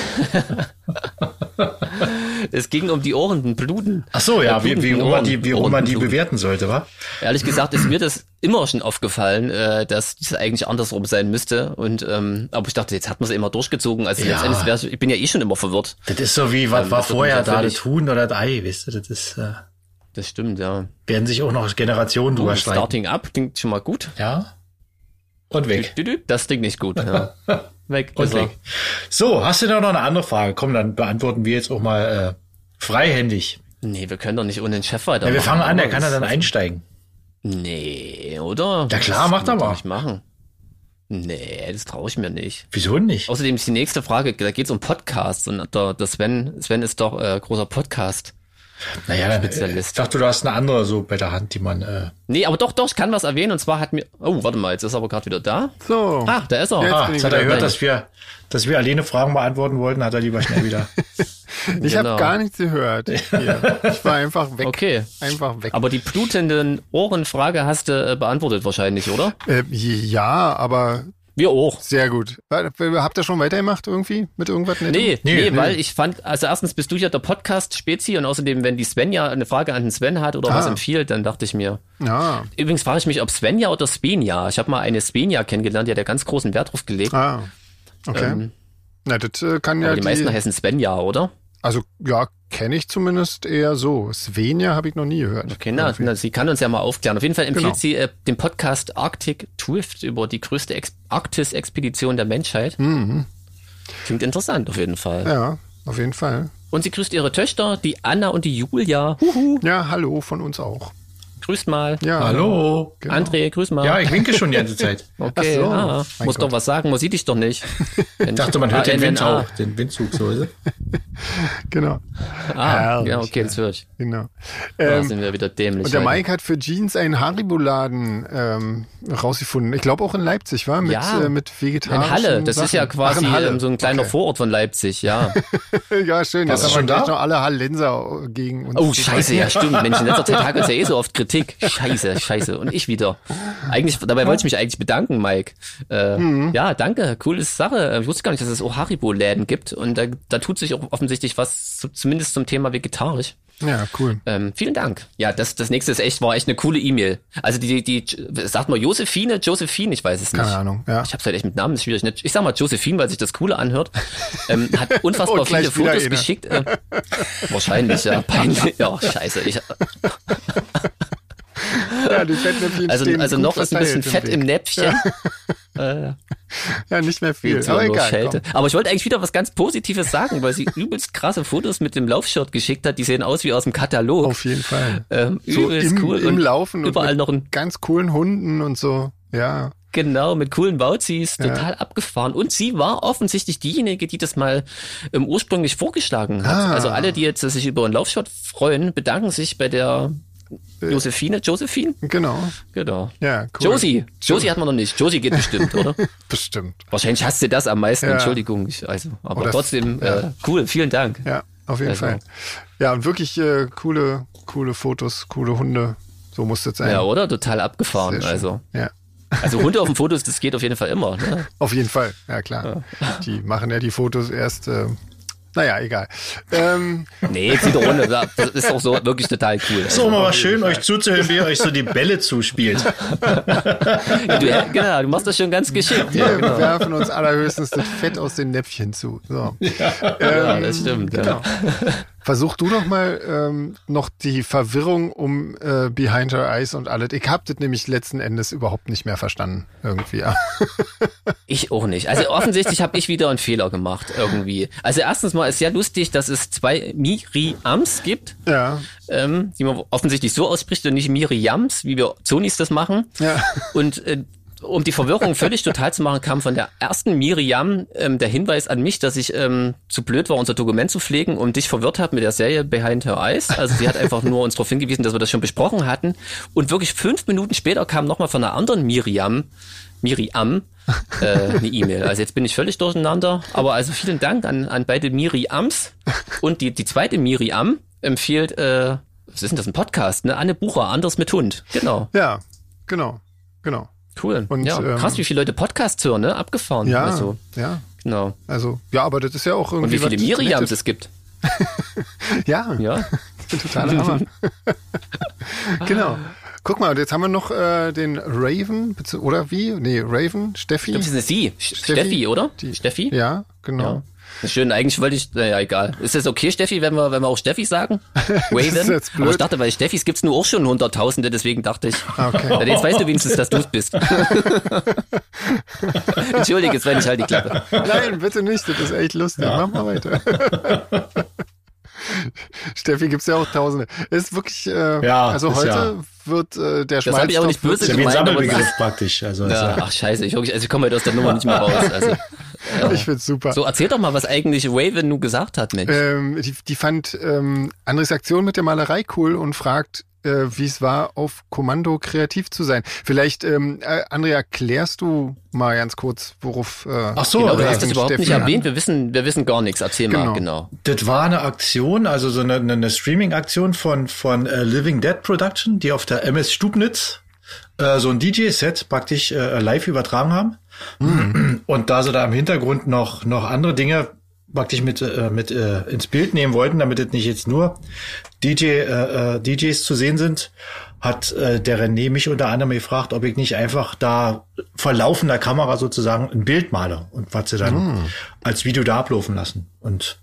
Es ging um die Ohren, den Bluten. Ach so, ja, wie, wie, Ohren, die, wie Ohren, man die bewerten sollte, wa? Ehrlich gesagt ist mir das immer schon aufgefallen, äh, dass das eigentlich andersrum sein müsste. Und ähm, aber ich dachte, jetzt hat man es immer durchgezogen. Also ja. letztendlich wär's, ich bin ja eh schon immer verwirrt. Das ist so wie, was ähm, war vorher da, das Huhn oder das Ei, weißt du, das ist... Äh, das stimmt, ja. Werden sich auch noch Generationen drüber streiten. Starting up klingt schon mal gut. Ja. Und weg. Das klingt nicht gut, ja. Weg. Und weg. So, hast du da noch eine andere Frage? Komm, dann beantworten wir jetzt auch mal äh, freihändig. Nee, wir können doch nicht ohne den Chef weitermachen. Ja, wir fangen an, der kann ja dann einsteigen. Nee, oder? Ja klar, mach doch mal. Nicht machen. Nee, das traue ich mir nicht. Wieso nicht? Außerdem ist die nächste Frage, da geht es um Podcasts und der, der Sven, Sven ist doch äh, großer Podcast. Naja, dann, äh, ich dachte, du hast eine andere so bei der Hand, die man... Äh nee, aber doch, doch, ich kann was erwähnen und zwar hat mir... Oh, warte mal, jetzt ist er aber gerade wieder da. So. Ah, da ist er. Jetzt ah, jetzt hat er gehört, dass wir, dass wir alleine Fragen beantworten wollten, hat er lieber schnell wieder... Ich genau. habe gar nichts gehört. Hier. Ich war einfach weg. Okay. Einfach weg. Aber die blutenden Ohrenfrage hast du äh, beantwortet wahrscheinlich, oder? Äh, ja, aber... Wir auch. Sehr gut. Habt ihr schon weitergemacht irgendwie mit irgendwas? Nee, nee, nee, weil ich fand, also erstens bist du ja der Podcast-Spezi und außerdem, wenn die Svenja eine Frage an den Sven hat oder ah. was empfiehlt, dann dachte ich mir. Ja. Übrigens frage ich mich, ob Svenja oder Svenja. Ich habe mal eine Svenja kennengelernt, die hat ja ganz großen Wert drauf gelegt. Ah, okay. Ähm, Na, das äh, kann ja aber die, die meisten heißen Svenja, oder? Also ja, kenne ich zumindest eher so. Svenja habe ich noch nie gehört. Okay, na, na, sie kann uns ja mal aufklären. Auf jeden Fall empfiehlt Genau. sie äh, den Podcast Arctic Drift über die größte Ex- Arktis-Expedition der Menschheit. Mhm. Klingt interessant auf jeden Fall. Ja, auf jeden Fall. Und sie grüßt ihre Töchter, die Anna und die Julia. Huhu. Ja, hallo von uns auch. Grüßt mal. Ja, Hallo. Genau. André, grüß mal. Ja, ich winke schon die ganze Zeit. Okay, Ach so, ah, mein muss Gott. doch was sagen, man sieht dich doch nicht. Ich dachte, man hört den A N N A. Windhauch, den Windzug so. Ist es? Genau. Ah, Herrlich, ja, okay, das höre ich. Genau. Da Ähm, sind wir wieder dämlich. und der heute. Mike hat für Jeans einen Haribo-Laden ähm, rausgefunden. Ich glaube auch in Leipzig, war mit, Ja, äh, mit vegetarischen In Halle, das Sachen. ist ja quasi Ach, in Halle. ähm, so ein kleiner Okay. Vorort von Leipzig, ja. Ja, schön. Warst Jetzt du haben wir schon gleich da? noch alle Hallenser gegen uns. Oh, scheiße, ja stimmt. Mensch, in letzter Zeit hat uns ja eh so oft Kritik. Scheiße, scheiße. Und ich wieder. Eigentlich, dabei wollte ich mich eigentlich bedanken, Mike. Äh, Mhm. Ja, danke. Coole Sache. Ich wusste gar nicht, dass es auch Haribo-Läden gibt. Und da, da tut sich auch offensichtlich was, zu, zumindest zum Thema vegetarisch. Ja, cool. Ähm, vielen Dank. Ja, das, das nächste ist echt, war echt eine coole E-Mail. Also die, die, sagt man Josephine, Josephine, ich weiß es nicht. Keine Ahnung, ja. Ich hab's halt echt mit Namen, ist schwierig. Nicht. Ich sag mal Josephine, weil sich das Coole anhört. Ähm, hat unfassbar Und gleich viele wieder Fotos eine. geschickt. Äh, wahrscheinlich, ja. Peinlich. Ja, scheiße. Ich, Ja, die Fettnäpfchen also stehen also gut noch ist ein bisschen verteilt Fett im Weg. Näpfchen. Äh, Ja, nicht mehr viel. Viel Aber nur egal. Schelte. Komm. Aber ich wollte eigentlich wieder was ganz Positives sagen, weil sie übelst krasse Fotos mit dem Laufshirt geschickt hat. Die sehen aus wie aus dem Katalog. Auf jeden Fall. Ähm, So übelst im, cool. im Und Laufen und überall mit noch ein, ganz coolen Hunden und so. Ja. genau, mit coolen Bauzis, Ja. total abgefahren. Und sie war offensichtlich diejenige, die das mal ähm, ursprünglich vorgeschlagen hat. Ah. Also alle, die jetzt sich über einen Laufshot freuen, bedanken sich bei der Josephine. Josephine? Genau. Genau. Ja, cool. Josie. Josie hat man noch nicht. Josie geht bestimmt, oder? Bestimmt. Wahrscheinlich hasst du das am meisten, Ja. Entschuldigung. Ich, also, aber Oder- trotzdem, ja. äh, cool, vielen Dank. Ja, auf jeden Also. Fall. Ja, und wirklich äh, coole, coole Fotos, coole Hunde. So muss das sein. Ja, oder? Total abgefahren. Sehr schön. Also, Ja, also Hunde auf den Fotos, das geht auf jeden Fall immer. Ne? auf jeden Fall. Ja, klar. Die machen ja die Fotos erst, äh, naja, egal. Ähm, Nee, zieht doch runter. Das ist auch so wirklich total cool. Ist auch mal was schön, euch zuzuhören, wie ihr euch so die Bälle zuspielt. Ja, du, ja, genau, du machst das schon ganz geschickt. wir Ja, genau. werfen uns allerhöchstens das Fett aus den Näpfchen zu. So. Ja, das stimmt. Ja. Genau. Versuch du doch mal ähm, noch die Verwirrung um äh, Behind Her Eyes und alles. Ich hab das nämlich letzten Endes überhaupt nicht mehr verstanden. Irgendwie. Ja. Ich auch nicht. Also offensichtlich habe ich wieder einen Fehler gemacht irgendwie. Also erstens mal ist sehr lustig, dass es zwei Miriams gibt, Ja. ähm, die man offensichtlich so ausspricht und nicht Miriams, wie wir Zonis das machen. Ja. Und äh, um die Verwirrung völlig total zu machen, kam von der ersten Miriam ähm, der Hinweis an mich, dass ich ähm, zu blöd war, unser Dokument zu pflegen und dich verwirrt habe mit der Serie Behind Her Eyes. Also sie hat einfach nur uns darauf hingewiesen, dass wir das schon besprochen hatten. Und wirklich fünf Minuten später kam nochmal von einer anderen Miriam, Miriam, äh, eine E-Mail. Also jetzt bin ich völlig durcheinander. Aber also vielen Dank an, an beide Miriams. Und die, die zweite Miriam empfiehlt, äh, was ist denn das, ein Podcast, ne? Anne Bucher, Anders mit Hund. Genau. Ja, genau. Genau. Cool. Und, ja, ähm, krass, wie viele Leute Podcasts hören, ne? Abgefahren. Ja. Also, Ja. genau. Also, ja, aber das ist ja auch Und irgendwie. wie viele was Miriams Nettes. es gibt. Ja, Ja. totaler Hammer. Genau. Guck mal, und jetzt haben wir noch äh, den Raven, bezieh- oder wie? Nee, Raven, Steffi. Ich glaube, das ist sie. Steffi? Steffi, oder? Die- Steffi? Ja, genau. Ja. Das ist schön. Eigentlich wollte ich, naja, egal. Ist das okay, Steffi, wenn wir, wenn wir auch Steffi sagen? Raven? ist jetzt blöd. Aber ich dachte, weil Steffis gibt's nur auch schon Hunderttausende, deswegen dachte ich. Okay. Ja, jetzt weißt du wenigstens, dass du's bist. Entschuldige, jetzt werde ich halt die Klappe. Nein, bitte nicht, das ist echt lustig. Mach mal weiter. Steffi gibt's ja auch Tausende. Ist wirklich, äh, Ja, also ist heute ja- wird äh, der Das hab ich aber nicht Schmalztopf- böse Ist ja wie ein gemeint, aber Sammelbegriff das- praktisch. Also, ist Ja, ja. ach scheiße, ich, wirklich, also ich komme heute aus der Nummer nicht mehr raus. Also, Ich find's super. so, erzähl doch mal, was eigentlich Raven nun gesagt hat, Mensch. Ähm, die, die fand ähm, Andres Aktion mit der Malerei cool und fragt, äh, wie es war, auf Kommando kreativ zu sein. Vielleicht, ähm, äh, André, erklärst du mal ganz kurz, worauf äh, Ach so, Genau, du ja, hast das überhaupt Steffi nicht an. erwähnt. Wir wissen, wir wissen gar nichts. Erzähl mal, Genau. genau. Das war eine Aktion, also so eine, eine Streaming-Aktion von, von äh, Living Dead Production, die auf der M S Stubnitz äh, so ein D J-Set praktisch äh, live übertragen haben. Mhm. Und da sie da im Hintergrund noch, noch andere Dinge praktisch mit, äh, mit äh, ins Bild nehmen wollten, damit es nicht jetzt nur D J, äh, äh, D Js zu sehen sind, hat äh, der René mich unter anderem gefragt, ob ich nicht einfach da vor laufender Kamera sozusagen ein Bild male und was sie dann Mhm. als Video da ablaufen lassen. Und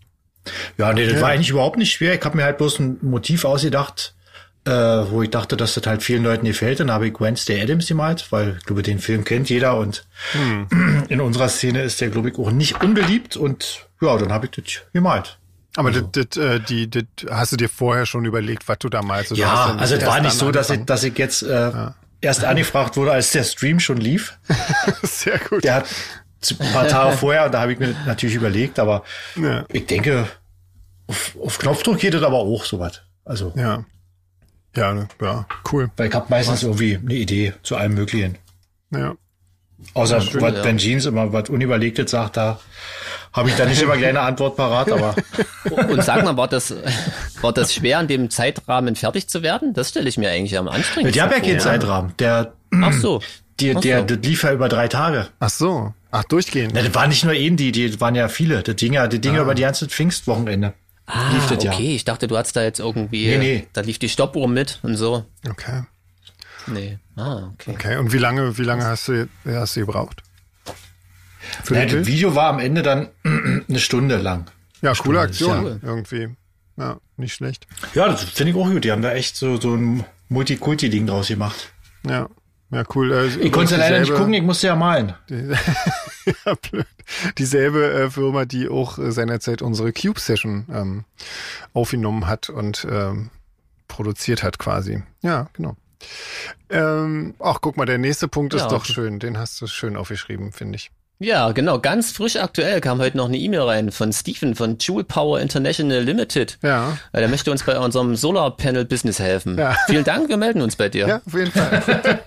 Ja, nee, das Ja. war eigentlich überhaupt nicht schwer. Ich habe mir halt bloß ein Motiv ausgedacht, äh, wo ich dachte, dass das halt vielen Leuten gefällt. Dann habe ich Wednesday Addams gemalt, weil ich glaube, den Film kennt jeder und hm. in unserer Szene ist der, glaube ich, auch nicht unbeliebt. Und ja, dann habe ich das gemalt. Aber Also. das, das, äh, die, das hast du dir vorher schon überlegt, was du da malst? Oder hast Ja, du also es erst war nicht dann so, dass ich, angefangen? dass ich jetzt äh, Ja. erst angefragt wurde, als der Stream schon lief. Sehr gut. Der hat ein paar Tage vorher, da habe ich mir natürlich überlegt, aber Ja. ich denke, auf, auf Knopfdruck geht das aber auch sowas. Also, Ja. Ja, ne, ja, cool. weil ich habe meistens irgendwie eine Idee zu allem Möglichen. Ja. Außer, schön, was ja. Ben Jeans immer was Unüberlegtes sagt, da habe ich da nicht immer gleich eine Antwort parat, aber Und sag mal, war das, war das schwer, in dem Zeitrahmen fertig zu werden? Das stelle ich mir eigentlich am anstrengendsten der hat ja keinen vor. Zeitrahmen. Der, Ach so. der, Ach der, so. das lief ja über drei Tage. Ach so. Ach, durchgehend. Na, das waren nicht nur einen, die, die waren ja viele. Das Ding ja, das Ding ja über die ganze Pfingstwochenende. Ah, lief das ja. okay. Ich dachte, du hattest da jetzt irgendwie, Nee, nee. da lief die Stoppuhr mit und so. Okay. Nee. Ah, okay. Okay. Und wie lange, wie lange hast du, hast du gebraucht? Für Ja, den das Bild? Video war am Ende dann eine Stunde lang. Ja, coole Aktion. cool. Irgendwie. Ja, nicht schlecht. Ja, das finde ich auch gut. Die haben da echt so, so ein Multikulti-Ding draus gemacht. Ja. Ja, cool. Äh, Ich konnte leider nicht dieselbe- gucken, ich musste ja malen. Die, ja, blöd. Dieselbe äh, Firma, die auch äh, seinerzeit unsere Cube-Session ähm, aufgenommen hat und ähm, produziert hat quasi. Ja, genau. Ähm, ach, guck mal, der nächste Punkt ist Ja, doch okay. schön. Den hast du schön aufgeschrieben, finde ich. Ja, genau. Ganz frisch aktuell kam heute noch eine E-Mail rein von Stephen von Joule Power International Limited. Ja, Ja, der möchte uns bei unserem Solar Panel Business helfen. Ja. Vielen Dank, wir melden uns bei dir. ja, auf jeden Fall.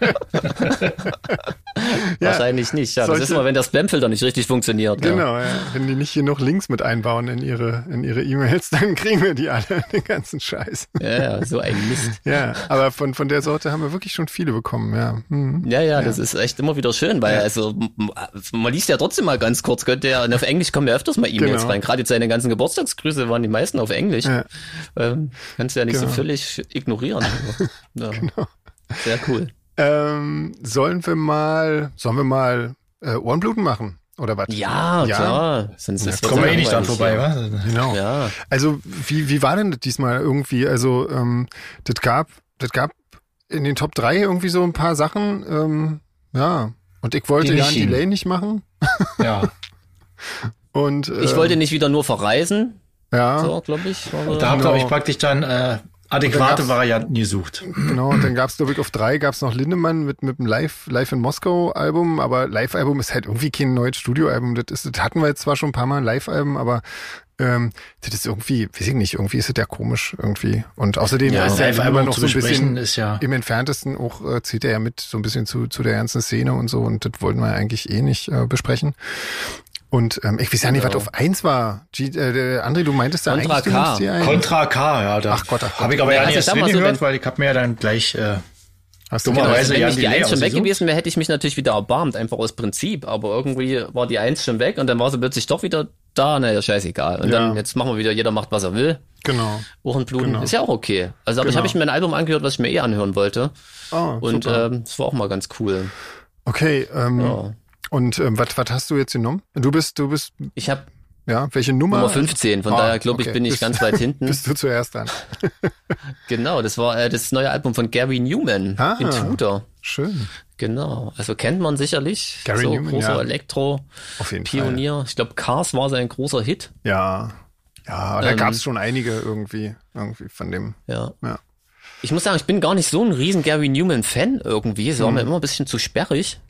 Ja, Wahrscheinlich nicht. Ja, das solche- ist immer, wenn der Spamfilter nicht richtig funktioniert. Ja. Genau, ja. Wenn die nicht genug Links mit einbauen in ihre in ihre E-Mails, dann kriegen wir die alle, den ganzen Scheiß. Ja, ja, so ein Mist. Ja, aber von von der Sorte haben wir wirklich schon viele bekommen, ja. Hm. Ja, ja, das ist echt immer wieder schön, weil also m- man liest ja trotzdem mal ganz kurz, könnte ja, und auf Englisch kommen ja öfters mal E-Mails Genau. rein. Gerade jetzt seine ganzen Geburtstagsgrüße waren die meisten auf Englisch. Ja. Ähm, kannst du ja nicht Genau. so völlig ignorieren. Ja. Sehr cool. Ähm, sollen wir mal, sollen wir mal äh, Ohrenbluten machen oder was? Ja, Ja. klar. Sonst Ja, ist Kommen wir eh nicht dran langweilig, vorbei, ja. wa? Genau. Ja. Also wie wie war denn das diesmal irgendwie? Also ähm, das gab, das gab in den Top drei irgendwie so ein paar Sachen. Ähm, ja. Und ich wollte Die ja nicht ein schienen. Delay nicht machen. Ja. Und äh, Ich wollte nicht wieder nur verreisen, ja. so, glaube ich. War so. Da habt ihr Genau. euch praktisch dann äh, adäquate gab's- Varianten gesucht. Genau, und dann gab's glaube ich auf drei gab's noch Lindemann mit mit dem Live Live in Moskau Album, aber Live Album ist halt irgendwie kein neues Studioalbum. Das ist, das hatten wir jetzt zwar schon ein paar Mal Live Alben, aber ähm, das ist irgendwie, weiß ich nicht, irgendwie ist es ja komisch irgendwie. Und außerdem Ja, ist er Live-Album immer noch zu so ein besprechen bisschen ist ja- im Entferntesten auch äh, zählt er ja mit so ein bisschen zu zu der ganzen Szene und so, und das wollten wir eigentlich eh nicht äh, besprechen. Und ähm, ich weiß ja nicht, Genau. was auf eins war. G, äh, der André, du meintest da Contra eigentlich, du K. nimmst dir ein. Contra K, ja. Da Ach Gott, ach Gott. habe ich aber Ja, ja also nicht erst sag mal so, gehört, wenn- weil ich habe mir ja dann gleich äh, Hast du dummerweise- gedacht? Also, wenn ja, nicht die die eins schon weg ausgesucht. gewesen wäre, hätte ich mich natürlich wieder erbarmt, einfach aus Prinzip. Aber irgendwie war die eins schon weg und dann war sie plötzlich doch wieder da. Naja, scheißegal. Und Ja. dann, jetzt machen wir wieder, jeder macht, was er will. Genau. Ohrenbluten Genau. ist ja auch okay. Also, aber ich Genau. habe ich mir ein Album angehört, was ich mir eh anhören wollte. Oh, Und super. ähm, das war auch mal ganz cool. Okay, ähm, Ja. und ähm, was was hast du jetzt genommen? Du bist, du bist, Ich habe ja, welche Nummer? Nummer fünfzehn, von Ah, daher glaube ich, okay. bin ich Bist- ganz weit hinten. Bist du zuerst dran? Genau, das war äh, das neue Album von Gary Newman, Ah. Intruder. Schön. Genau, also kennt man sicherlich. Gary so, Newman, großer ja. Elektro-Pionier. Auf jeden Fall. Ich glaube, Cars war sein großer Hit. Ja. Ja, da Ähm, gab's schon einige irgendwie, irgendwie von dem. Ja. Ja. Ich muss sagen, ich bin gar nicht so ein riesen Gary Newman-Fan irgendwie. Es war Mhm. mir immer ein bisschen zu sperrig.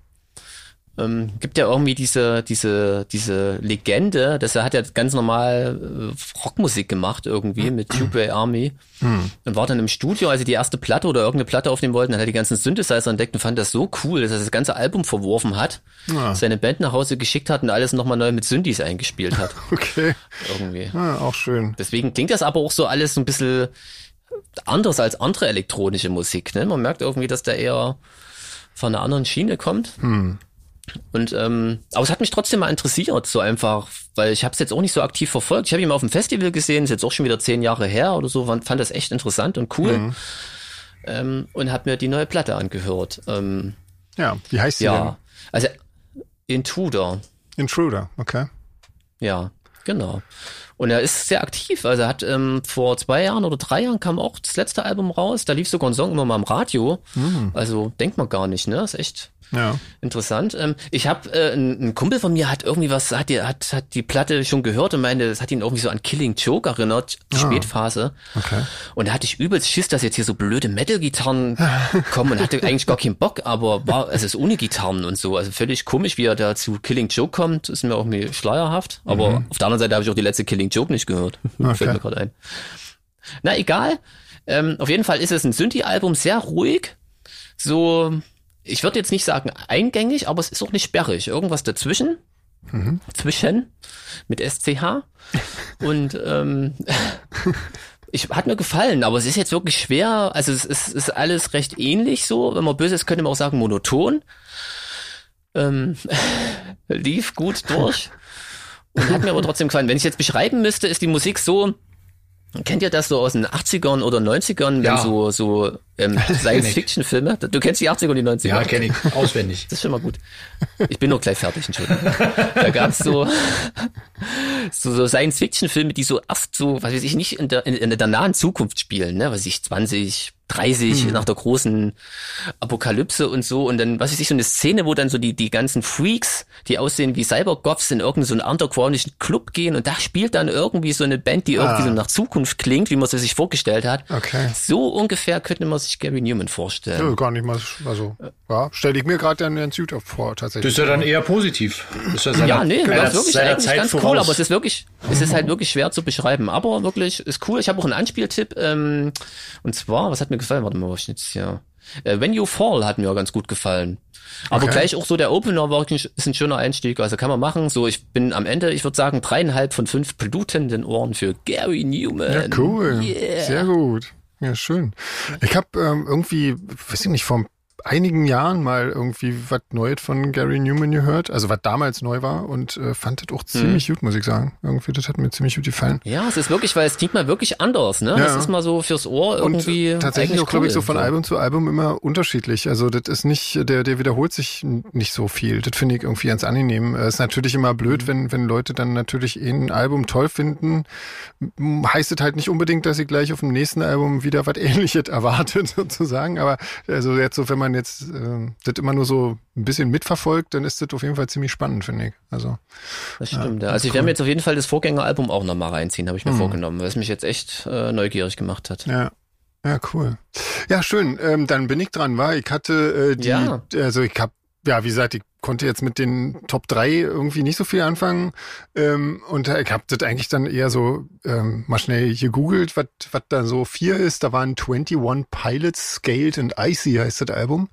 Ähm, gibt ja irgendwie diese, diese, diese Legende, dass er hat ja ganz normal äh, Rockmusik gemacht irgendwie mit Tubeway Army. Mhm. Und war dann im Studio, als sie die erste Platte oder irgendeine Platte aufnehmen wollten, dann hat er die ganzen Synthesizer entdeckt und fand das so cool, dass er das ganze Album verworfen hat, Ja. seine Band nach Hause geschickt hat und alles nochmal neu mit Synthes eingespielt hat. Okay. Irgendwie. Ah, auch schön. Deswegen klingt das aber auch so alles so ein bisschen anders als andere elektronische Musik. Ne? Man merkt irgendwie, dass der eher von einer anderen Schiene kommt. Hm. Und ähm, aber es hat mich trotzdem mal interessiert, so einfach, weil ich habe es jetzt auch nicht so aktiv verfolgt. Ich habe ihn mal auf dem Festival gesehen, ist jetzt auch schon wieder zehn Jahre her oder so, fand, fand das echt interessant und cool. Mhm. Ähm, und habe mir die neue Platte angehört. Ähm, Ja, wie heißt sie ja, also Intruder. denn? Intruder, okay. Ja, genau. Und er ist sehr aktiv. Also er hat ähm, vor zwei Jahren oder drei Jahren kam auch das letzte Album raus. Da lief sogar ein Song immer mal im Radio. Mhm. Also denkt man gar nicht, ne? Ist echt ja. interessant. Ähm, ich habe äh, ein, ein Kumpel von mir hat irgendwie was, hat die, hat, hat die Platte schon gehört und meinte, das hat ihn irgendwie so an Killing Joke erinnert, die ah. Spätphase. Okay. Und da hatte ich übelst Schiss, dass jetzt hier so blöde Metal-Gitarren kommen und hatte eigentlich gar keinen Bock, aber war es ist ohne Gitarren und so. Also völlig komisch, wie er da zu Killing Joke kommt, ist mir auch irgendwie schleierhaft. Aber mhm. auf der anderen Seite habe ich auch die letzte Killing Joke nicht gehört. Okay. Fällt mir gerade ein. Na, egal. Ähm, auf jeden Fall ist es ein Synthie-Album, sehr ruhig. So, ich würde jetzt nicht sagen eingängig, aber es ist auch nicht sperrig. Irgendwas dazwischen. Mhm. Zwischen. Mit S C H. Und ähm, ich hat mir gefallen, aber es ist jetzt wirklich schwer. Also es ist, ist alles recht ähnlich so. Wenn man böse ist, könnte man auch sagen monoton. Ähm, lief gut durch. Und hat mir aber trotzdem gefallen. Wenn ich jetzt beschreiben müsste, ist die Musik so, kennt ihr das so aus den achtzigern oder neunzigern, ja. wenn so, so ähm, Science-Fiction-Filme? Du kennst die achtziger und die neunziger? Ja, kenne ich, auswendig. Das ist schon mal gut. Ich bin noch gleich fertig, Entschuldigung. Da gab's so, so, so Science-Fiction-Filme, die so erst so, was weiß ich, nicht in der, in, in der nahen Zukunft spielen, ne? Was weiß ich, zwanzig, dreißig hm. nach der großen Apokalypse und so und dann, was weiß ich, so eine Szene, wo dann so die die ganzen Freaks, die aussehen wie Cybergoths, in irgendeinen so einen undergroundischen Club gehen und da spielt dann irgendwie so eine Band, die irgendwie ah. so nach Zukunft klingt, wie man sie sich vorgestellt hat. Okay. So ungefähr könnte man sich Gary Newman vorstellen. Ja, gar nicht mal, also, ja, stelle ich mir gerade dann den Süd vor, tatsächlich. Das ist ja dann eher positiv. Das ist ja, seiner, ja nee, das ist wirklich eigentlich Zeit ganz voraus. Cool, aber es ist wirklich, es ist halt wirklich schwer zu beschreiben, aber wirklich ist cool. Ich habe auch einen Anspieltipp, ähm, und zwar, was hat mir gefallen? Warte mal, was ich jetzt hier. Äh, When You Fall hat mir ganz gut gefallen. Aber okay. gleich auch so der Opener war ist ein schöner Einstieg, also kann man machen. So, ich bin am Ende, ich würde sagen, dreieinhalb von fünf blutenden Ohren für Gary Newman. Ja, cool. Yeah. Sehr gut. Ja, schön. Ich habe ähm, irgendwie, weiß ich nicht, vor einigen Jahren mal irgendwie was Neues von Gary Newman gehört, also was damals neu war und äh, fand das auch ziemlich hm. gut, muss ich sagen. Irgendwie, das hat mir ziemlich gut gefallen. Ja, es ist wirklich, weil es klingt mal wirklich anders, ne? Ja. Das ist mal so fürs Ohr irgendwie. Und tatsächlich auch, glaube cool. ich, so von Album zu Album immer unterschiedlich. Also das ist nicht, der, der wiederholt sich nicht so viel. Das finde ich irgendwie ganz angenehm. Es ist natürlich immer blöd, wenn, wenn Leute dann natürlich ein Album toll finden, heißt es halt nicht unbedingt, dass sie gleich auf dem nächsten Album wieder was Ähnliches erwartet, sozusagen. Aber also jetzt so, wenn man jetzt äh, das immer nur so ein bisschen mitverfolgt, dann ist das auf jeden Fall ziemlich spannend, finde ich. Also, das stimmt, ja. Also ich cool. werde mir jetzt auf jeden Fall das Vorgängeralbum auch nochmal reinziehen, habe ich mir mhm. vorgenommen, weil es mich jetzt echt äh, neugierig gemacht hat. Ja. Ja, cool. Ja, schön. Ähm, dann bin ich dran, war. Ich hatte äh, die, ja. also ich habe, ja, wie gesagt, ich konnte jetzt mit den Top drei irgendwie nicht so viel anfangen. Ähm, und ich habe das eigentlich dann eher so ähm, mal schnell gegoogelt, was was da so vier ist. Da waren einundzwanzig Pilots, Scaled and Icy heißt das Album.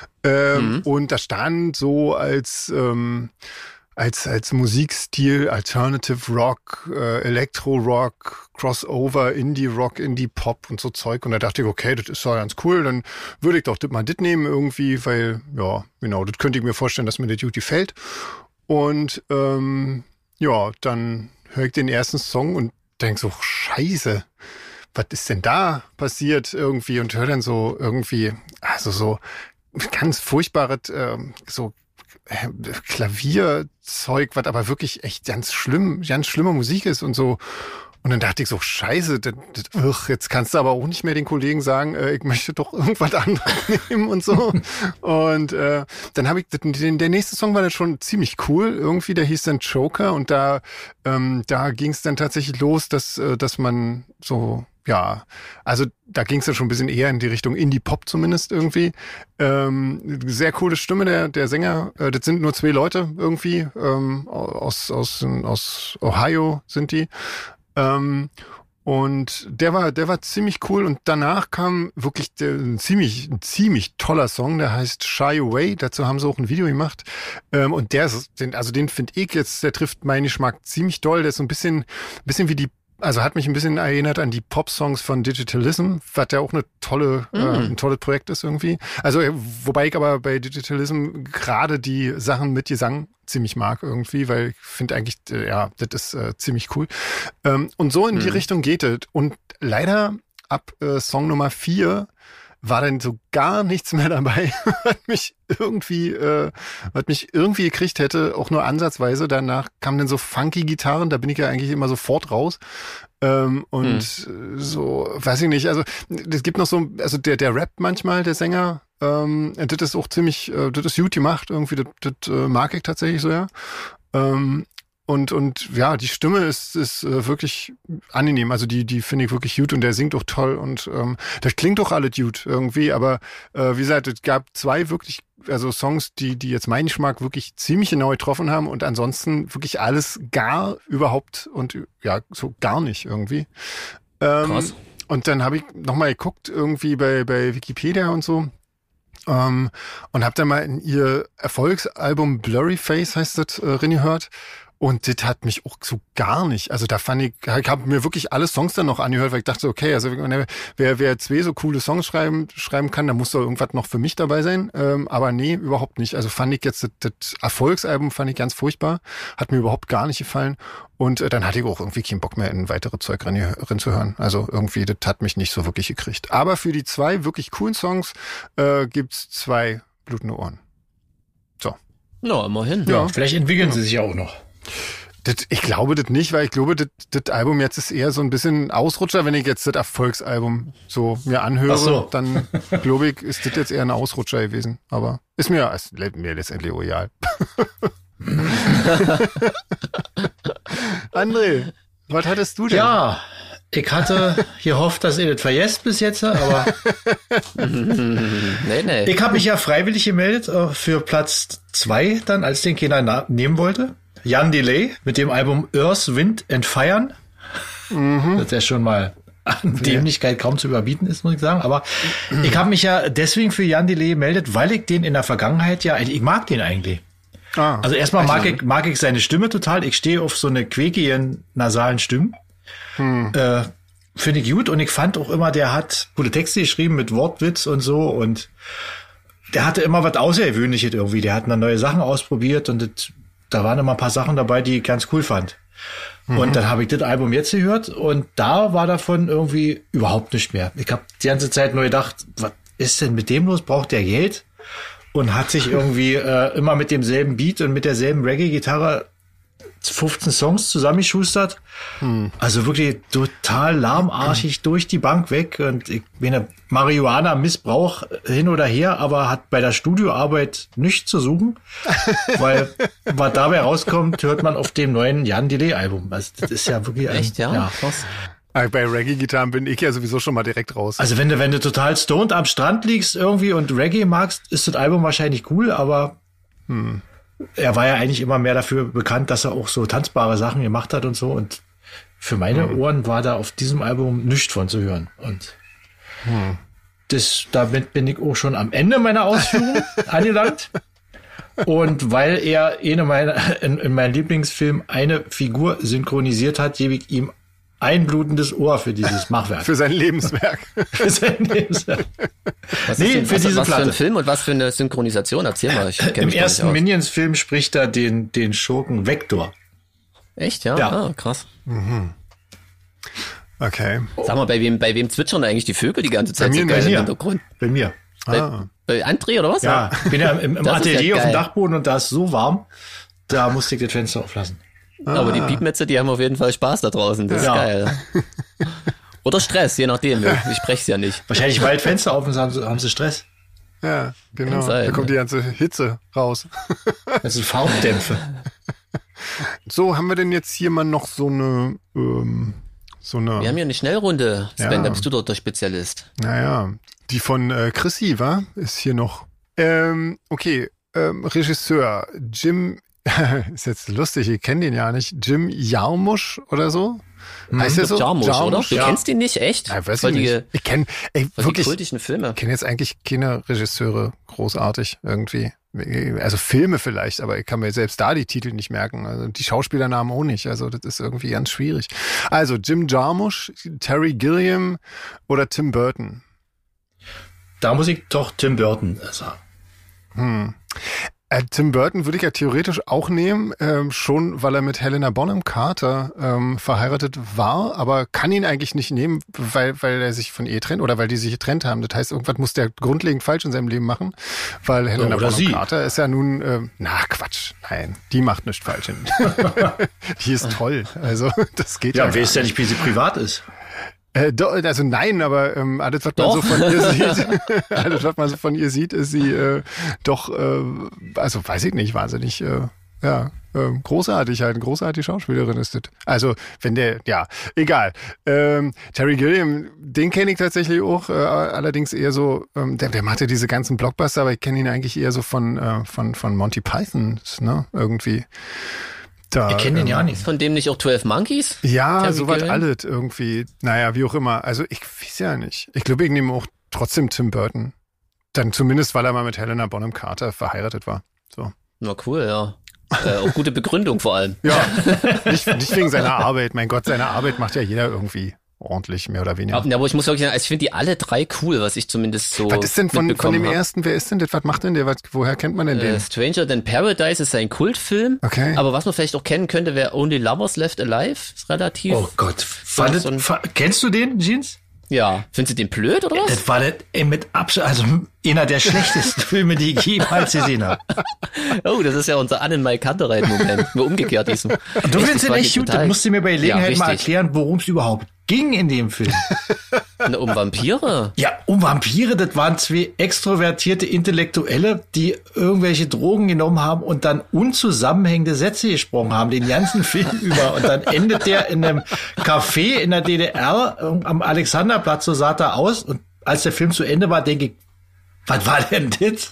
Ähm, mhm. Und da stand so als ähm, als als Musikstil Alternative Rock, äh, Electro Rock, Crossover, Indie Rock, Indie Pop und so Zeug. Und da dachte ich, okay, das ist ja ganz cool. Dann würde ich doch das mal das nehmen irgendwie, weil, ja, genau, das könnte ich mir vorstellen, dass mir das gut gefällt. Und ähm, ja, dann höre ich den ersten Song und denke so, scheiße, was ist denn da passiert irgendwie? Und höre dann so irgendwie, also so ganz furchtbares, äh, so Klavierzeug, was aber wirklich echt ganz schlimm, ganz schlimme Musik ist und so. Und dann dachte ich so, scheiße, das, das, ugh, jetzt kannst du aber auch nicht mehr den Kollegen sagen, äh, ich möchte doch irgendwas anderes nehmen und so. Und äh, dann habe ich, den, der nächste Song war dann schon ziemlich cool irgendwie, der hieß dann Joker und da ähm, da ging es dann tatsächlich los, dass äh, dass man so, ja, also da ging es dann schon ein bisschen eher in die Richtung Indie-Pop zumindest irgendwie. Ähm, sehr coole Stimme der der Sänger. Äh, das sind nur zwei Leute irgendwie ähm, aus aus aus Ohio sind die. Ähm, und der war der war ziemlich cool und danach kam wirklich der, ein ziemlich ein ziemlich toller Song, der heißt Shy Away. Dazu haben sie auch ein Video gemacht. Ähm, und der ist, den, also den finde ich jetzt, der trifft meinen Geschmack ziemlich doll. Der ist so ein bisschen bisschen wie die Also hat mich ein bisschen erinnert an die Pop-Songs von Digitalism, was ja auch eine tolle, mm. äh, ein tolles Projekt ist irgendwie. Also wobei ich aber bei Digitalism gerade die Sachen mit Gesang ziemlich mag irgendwie, weil ich finde eigentlich, äh, ja, das ist äh, ziemlich cool. Ähm, und so in mm. die Richtung geht es. Und leider ab äh, Song Nummer vier war dann so gar nichts mehr dabei, hat mich irgendwie, äh, hat mich irgendwie gekriegt hätte, auch nur ansatzweise. Danach kamen dann so funky Gitarren, da bin ich ja eigentlich immer sofort raus. Ähm, und hm. so, weiß ich nicht, also es gibt noch so, also der, der rappt manchmal, der Sänger, ähm, das ist auch ziemlich, äh, das ist gut gemacht, irgendwie, das, das äh, mag ich tatsächlich so, ja. Ähm, Und, und ja, die Stimme ist, ist äh, wirklich angenehm. Also die, die finde ich wirklich gut und der singt auch toll und ähm, das klingt doch alle gut irgendwie. Aber äh, wie gesagt, es gab zwei wirklich, also Songs, die, die jetzt meinen Geschmack wirklich ziemlich genau getroffen haben und ansonsten wirklich alles gar überhaupt und ja, so gar nicht irgendwie. Ähm, Krass. Und dann habe ich nochmal geguckt irgendwie bei, bei Wikipedia und so. Ähm, und habe dann mal in ihr Erfolgsalbum Blurry Face, heißt das, äh, reingehört. Und das hat mich auch so gar nicht. Also da fand ich, ich habe mir wirklich alle Songs dann noch angehört, weil ich dachte, okay, also wer, wer zwei so coole Songs schreiben, schreiben kann, da muss doch irgendwas noch für mich dabei sein. Ähm, aber nee, überhaupt nicht. Also fand ich jetzt das, das Erfolgsalbum fand ich ganz furchtbar. Hat mir überhaupt gar nicht gefallen. Und äh, dann hatte ich auch irgendwie keinen Bock mehr in weitere Zeug rein, rein zu hören. Also irgendwie, das hat mich nicht so wirklich gekriegt. Aber für die zwei wirklich coolen Songs äh, gibt's zwei blutende Ohren. So. Na, immerhin. Ja, vielleicht entwickeln sie sich ja auch noch. Das, ich glaube das nicht, weil ich glaube, das, das Album jetzt ist eher so ein bisschen Ausrutscher. Wenn ich jetzt das Erfolgsalbum so mir anhöre, so. Dann glaube ich, ist das jetzt eher ein Ausrutscher gewesen. Aber ist mir, ist mir letztendlich egal. André, was hattest du denn? Ja, ich hatte gehofft, dass ihr das vergesst bis jetzt, aber nee, nee. Ich habe mich ja freiwillig gemeldet äh, für Platz zwei dann, als den keiner na- nehmen wollte. Jan Delay mit dem Album Earth, Wind and Fire. Mhm. Das ja schon mal an Dämlichkeit kaum zu überbieten ist, muss ich sagen. Aber mhm. ich habe mich ja deswegen für Jan Delay gemeldet, weil ich den in der Vergangenheit ja, ich mag den eigentlich. Ah, also erstmal mag ich, mag ich seine Stimme total. Ich stehe auf so eine quäkigen, nasalen Stimmen. Hm. Äh, finde ich gut. Und ich fand auch immer, der hat gute Texte geschrieben mit Wortwitz und so. Und der hatte immer was Außergewöhnliches irgendwie. Der hat mal neue Sachen ausprobiert und das, da waren immer ein paar Sachen dabei, die ich ganz cool fand. Mhm. Und dann habe ich das Album jetzt gehört und da war davon irgendwie überhaupt nicht mehr. Ich habe die ganze Zeit nur gedacht, was ist denn mit dem los? Braucht der Geld? Und hat sich irgendwie äh, immer mit demselben Beat und mit derselben Reggae-Gitarre fünfzehn Songs zusammengeschustert. Hm. Also wirklich total lahmarschig hm. durch die Bank weg. Und ich meine, Marihuana-Missbrauch hin oder her, aber hat bei der Studioarbeit nichts zu suchen. Weil, was dabei rauskommt, hört man auf dem neuen Jan Delay-Album. Also das ist ja wirklich... Echt, ja? ja. Krass. Bei Reggae-Gitarren bin ich ja sowieso schon mal direkt raus. Also wenn du, wenn du total stoned am Strand liegst irgendwie und Reggae magst, ist das Album wahrscheinlich cool, aber hm. er war ja eigentlich immer mehr dafür bekannt, dass er auch so tanzbare Sachen gemacht hat und so. Und für meine hm. Ohren war da auf diesem Album nichts von zu hören. Und hm. das, damit bin ich auch schon am Ende meiner Ausführung angelangt. Und weil er eine meiner, in, in meinem Lieblingsfilm eine Figur synchronisiert hat, gebe ich ihm ein blutendes Ohr für dieses Machwerk. Für sein Lebenswerk. Für sein Lebenswerk. Was nee, denn, für was, diese was Platte. für ein Film und was für eine Synchronisation? Erzähl mal. Ich kenn Im mich ersten Minions-Film spricht er den, den Schurken Vector. Echt, ja? Ja. Ah, krass. Mhm. Okay. Sag mal, bei wem, bei wem zwitschern eigentlich die Vögel die ganze Zeit bei mir, so geil bei im mir. Hintergrund? Bei mir. Bei, Ah. bei André oder was? Ja, ich bin ja im, im Das ist Atelier ja auf dem geil. Dachboden und da ist so warm, da musste ich das Fenster auflassen. Aber die Piepmetze, die haben auf jeden Fall Spaß da draußen. Das Ja. ist geil. Oder Stress, je nachdem. Ich spreche es ja nicht. Wahrscheinlich, weil das Fenster offen ist, haben sie, haben sie Stress. Ja, genau. Kann sein, da kommt ne? die ganze Hitze raus. Das sind Farbdämpfe. So, haben wir denn jetzt hier mal noch so eine, ähm, so eine, Wir haben hier eine Schnellrunde. Sven, Ja. da bist du dort der Spezialist. naja, die von äh, Chrissy, war, ist hier noch. Ähm, okay, ähm, Regisseur Jim, ist jetzt lustig, ihr kennt den ja nicht, Jim Jarmusch oder so? Heißt der so? Jarmusch, oder? Du Ja. kennst ihn nicht, echt? Ja, weiß Voll ich die, nicht. Ich kenne, ey, voll die wirklich, kultischen Filme. ich kenne jetzt eigentlich keine Regisseure großartig irgendwie. Also Filme vielleicht, aber ich kann mir selbst da die Titel nicht merken. Also die Schauspielernamen auch nicht. Also das ist irgendwie ganz schwierig. Also Jim Jarmusch, Terry Gilliam oder Tim Burton. Da muss ich doch Tim Burton sagen. Hm. Äh, Tim Burton würde ich ja theoretisch auch nehmen, ähm, schon weil er mit Helena Bonham Carter ähm, verheiratet war, aber kann ihn eigentlich nicht nehmen, weil weil er sich von ihr trennt oder weil die sich getrennt haben. Das heißt, irgendwas muss der grundlegend falsch in seinem Leben machen, weil Helena Oder Bonham sie. Carter ist ja nun, ähm, na Quatsch, nein, die macht nichts falsch. Die ist toll, also das geht ja. Ja, Ja, weißt ja nicht, wie sie privat ist. Äh, do, also nein, aber ähm, alles, was man Doch. so von ihr sieht, alles, was man so von ihr sieht, ist sie äh, doch, äh, also weiß ich nicht, wahnsinnig, äh, ja, äh, großartig halt, eine großartige Schauspielerin ist das. Also, wenn der, ja, egal. Ähm, Terry Gilliam, den kenne ich tatsächlich auch, äh, allerdings eher so, ähm, der, der macht ja diese ganzen Blockbuster, aber ich kenne ihn eigentlich eher so von, äh, von, von Monty Python, ne, irgendwie. Da, Ich kenne den ähm, ja nicht. Von dem nicht auch zwölf Monkeys? Ja, Terry soweit Gilliam? alles irgendwie. Naja, wie auch immer. Also ich weiß ja nicht. Ich glaube, ich nehme auch trotzdem Tim Burton. Dann zumindest, weil er mal mit Helena Bonham Carter verheiratet war. So. Na cool, ja. Äh, auch gute Begründung vor allem. Ja, nicht, nicht wegen seiner Arbeit. Mein Gott, seine Arbeit macht ja jeder irgendwie ordentlich, mehr oder weniger. Ja, aber ich muss wirklich sagen, also ich finde die alle drei cool, was ich zumindest so Was ist denn von, von mitbekommen dem hab. ersten? Wer ist denn das? Was macht denn der? Was, woher kennt man denn den? Äh, Stranger Than Paradise ist ein Kultfilm. Okay. Aber was man vielleicht auch kennen könnte, wäre Only Lovers Left Alive. Ist relativ. Oh Gott. Fandet, so ein- fa- kennst du den, Jeans? Ja. Findest du den blöd oder was? Das war das, ey, mit Abstand, also einer der schlechtesten Filme, die ich jemals gesehen habe. Oh, das ist ja unser Annenmai Kantereit-Moment. Nur umgekehrt diesem. Du findest den echt gut, dann musst du mir bei Gelegenheit ja, mal richtig. erklären, worum es überhaupt ging in dem Film. Na, um Vampire? Ja, um Vampire, das waren zwei extrovertierte Intellektuelle, die irgendwelche Drogen genommen haben und dann unzusammenhängende Sätze gesprochen haben, den ganzen Film über. Und dann endet der in einem Café in der D D R am Alexanderplatz, so sah er aus. Und als der Film zu Ende war, denke ich, was war denn das?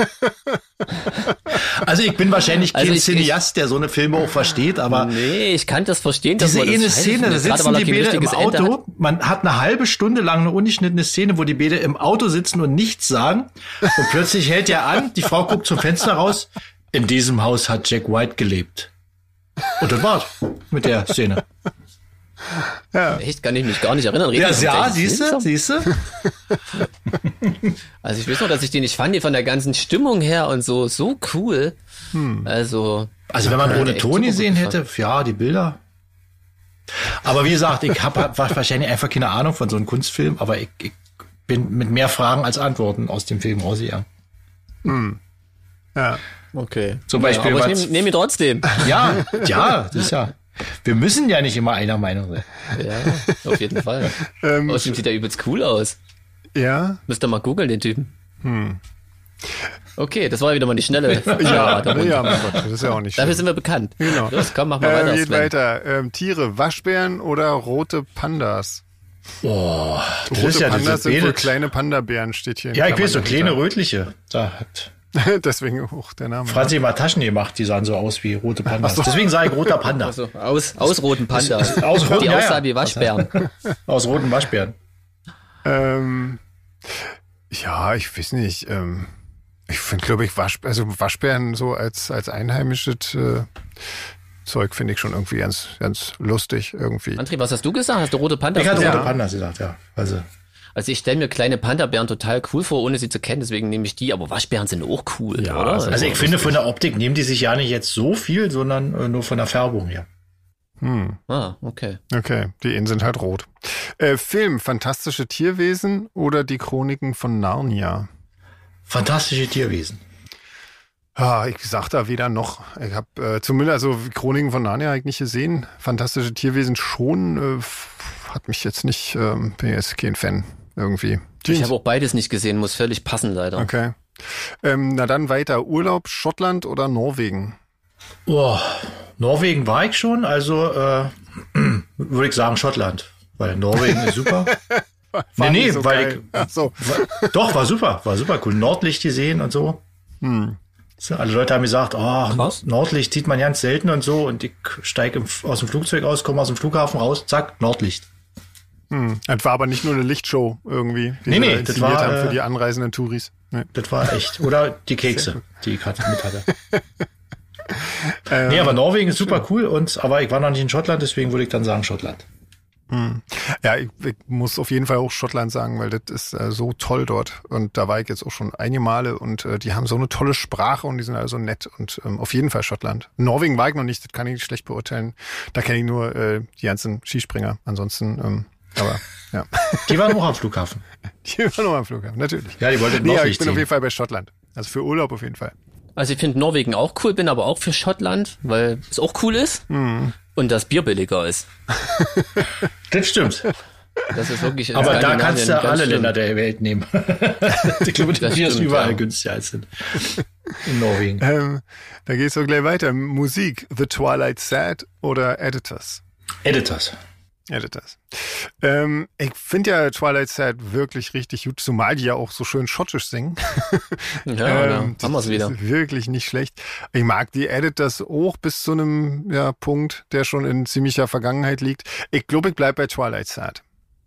Also ich bin wahrscheinlich kein Also ich- Cineast, der so eine Filme auch versteht, aber Nee, ich kann das verstehen. dass diese man das eine scheiße Szene, da findet, gerade sitzen weil er die kein beide im richtiges Ende Auto, hat. man hat eine halbe Stunde lang eine ungeschnittene Szene, wo die beide im Auto sitzen und nichts sagen und plötzlich hält er an, die Frau guckt zum Fenster raus, in diesem Haus hat Jack White gelebt. Und das war's mit der Szene. Echt, kann ich mich gar nicht erinnern. Reden Ja, wir vom ja, gleichen siehst Film du, zusammen? siehst du? Also ich weiß noch, dass ich den nicht fand, von der ganzen Stimmung her und so, so cool. Also, Also wenn man Okay. ohne Echt Ton super gesehen gut hätte, ja, die Bilder. Aber wie gesagt, ich habe wahrscheinlich einfach keine Ahnung von so einem Kunstfilm, aber ich, ich bin mit mehr Fragen als Antworten aus dem Film rausgegangen. Ja. okay. Zum Beispiel, Ja, aber ich was- nehme nehm ihn trotzdem. Ja, ja, das ist ja. Wir müssen ja nicht immer einer Meinung sein. Ja, auf jeden Fall. Ähm, Außerdem sieht er übelst cool aus. Ja. Müsst ihr mal googeln, den Typen. Okay, das war wieder mal die schnelle. Ja, der ja, Runde. ja, mein Gott, das ist ja auch nicht Dafür schlimm. sind wir bekannt. Genau. Los, komm, mach mal Ähm, weiter. geht Sven. weiter. Ähm, Tiere, Waschbären oder rote Pandas? Oh, das Rote ist ja Pandas das sind wohl Bild. kleine Panda-Bären, steht hier. in Ja, ich weiß, so Klammern kleine rötliche. Da hat dahinter. Deswegen auch der Name. Franzi mal Taschen gemacht, die sahen so aus wie rote Pandas. Deswegen sage ich roter Panda. Also, aus, aus roten Panda. Aus roten, Die ja, aussah ja. wie Waschbären. Aus roten Waschbären. Ähm, ja, ich weiß nicht. Ähm, ich finde, glaube ich, Wasch, also Waschbären so als, als einheimisches äh, Zeug finde ich schon irgendwie ganz, ganz lustig irgendwie. André, was hast du gesagt? Hast du rote Panda? Ich hatte gesagt? rote Pandas gesagt, ja. Also, Also ich stelle mir kleine Panda-Bären total cool vor, ohne sie zu kennen, deswegen nehme ich die, aber Waschbären sind auch cool, Ja, oder? also also ich finde, von der Optik nehmen die sich ja nicht jetzt so viel, sondern äh, nur von der Färbung her. Hm, Ah, okay. okay, die Innen sind halt rot. Äh, Film, Fantastische Tierwesen oder die Chroniken von Narnia? Fantastische Tierwesen. Ah, ich sag da weder noch. Ich habe äh, zumindest, also Chroniken von Narnia hab ich nicht gesehen. Fantastische Tierwesen schon. Äh, hat mich jetzt nicht, ähm, bin jetzt kein Fan irgendwie. Ich habe auch beides nicht gesehen, muss völlig passen leider. Okay. Ähm, na dann weiter. Urlaub, Schottland oder Norwegen? Oh, Norwegen war ich schon, also äh, würde ich sagen Schottland. Weil Norwegen ist super. War nee, nicht nee, so weil geil. Ach so. ich, war, doch, war super, war super cool. Nordlicht gesehen und so. Hm. So, alle Leute haben gesagt, oh, Krass. Nordlicht sieht man ganz selten und so. Und ich steige aus dem Flugzeug aus, komme aus dem Flughafen raus, zack, Nordlicht. Hm. Das war aber nicht nur eine Lichtshow irgendwie, die Nee, sie nee, da das inszeniert war, haben für äh, die anreisenden Touris. Nee. Das war echt. Oder die Kekse, die ich hatte, mit hatte. Ähm, Nee, aber Norwegen ist super cool. Und, aber ich war noch nicht in Schottland, deswegen würde ich dann sagen Schottland. Ja, ich, ich muss auf jeden Fall auch Schottland sagen, weil das ist äh, so toll dort. Und da war ich jetzt auch schon einige Male und äh, die haben so eine tolle Sprache und die sind alle so nett. Und ähm, auf jeden Fall Schottland. Norwegen war ich noch nicht, das kann ich nicht schlecht beurteilen. Da kenne ich nur äh, die ganzen Skispringer. Ansonsten, ähm, aber ja. Die waren auch am Flughafen. Die waren noch am Flughafen, natürlich. Ja, die wollten nee, noch ich nicht bin auf ziehen. jeden Fall bei Schottland. Also für Urlaub auf jeden Fall. Also ich finde Norwegen auch cool, bin aber auch für Schottland, weil es auch cool ist Mhm. und das Bier billiger ist. Das stimmt. Das ist wirklich in Aber da Skandinavien kannst du ganz alle schlimm. Länder der Welt nehmen. Ich glaube, die Das Bier ist stimmt, überall ja. günstiger als in, in Norwegen. Ähm, da geht's doch gleich weiter. Musik, The Twilight Sad oder Editors? Editors. Editors. Ähm, ich finde ja Twilight Sad wirklich richtig gut, zumal die ja auch so schön schottisch singen. Ja, ja, Ähm, haben wir es das wieder. ist wirklich nicht schlecht. Ich mag die Editors auch bis zu einem ja, Punkt, der schon in ziemlicher Vergangenheit liegt. Ich glaube, ich bleib bei Twilight Sad.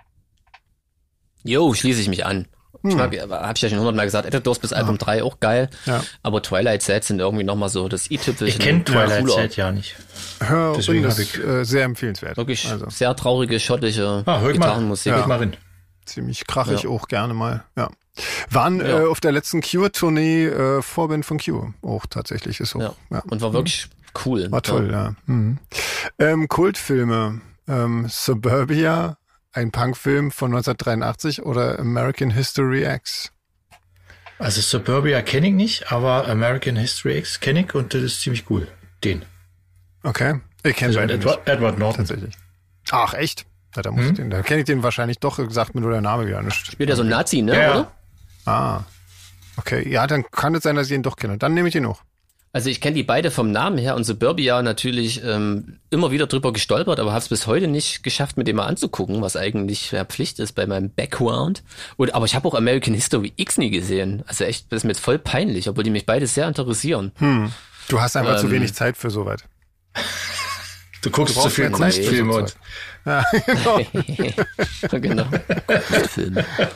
Jo, schließe ich mich an. Ich mag, hab ich ja schon hundertmal gesagt, Editors bis Album drei auch geil. Ja. Aber Twilight Sad sind irgendwie nochmal so das i-Tüpfelchen. Ich kenne Twilight cooler. Sad ja nicht. Hör Deswegen und hab ist ich- äh, sehr empfehlenswert. Wirklich Also sehr traurige schottische Ah, hör ich mal. Gitarrenmusik. Hör ich mal rein. ziemlich krachig Ja. auch gerne mal. Ja. Waren Ja. äh, auf der letzten Cure-Tournee äh, Vorband von Cure auch tatsächlich. Ist auch, Ja. ja. Und war wirklich cool. War toll, ja. Mhm. Ähm, Kultfilme. Ähm, Suburbia, ein Punkfilm von neunzehnhundertdreiundachtzig oder American History X. Also Suburbia kenne ich nicht, aber American History X kenne ich und das ist ziemlich cool. Den. Okay. Ich kenne Also beide Edward, nicht. Edward Norton. Tatsächlich. Ach, echt? Ja, da muss Mhm. ich den, da kenne ich den wahrscheinlich doch, gesagt mir nur der Name wieder nicht. Spielt ja so ein Nazi, ne? Ja, ja. Oder? Ah. Okay, ja, dann kann es sein, dass ich ihn doch kenne. Dann nehme ich ihn auch. Also ich kenne die beide vom Namen her und Suburbia natürlich ähm, immer wieder drüber gestolpert, aber habe es bis heute nicht geschafft, mit dem mal anzugucken, was eigentlich ja, Pflicht ist bei meinem Background. Und, aber ich habe auch American History X nie gesehen. Also echt, das ist mir jetzt voll peinlich, obwohl die mich beide sehr interessieren. Hm. Du hast einfach zu Ähm. wenig Zeit für sowas. Du guckst Du zu brauchst viel keine Zeit für Kunstfilme so und Zeug. Ja, genau. Genau. Kunstfilm.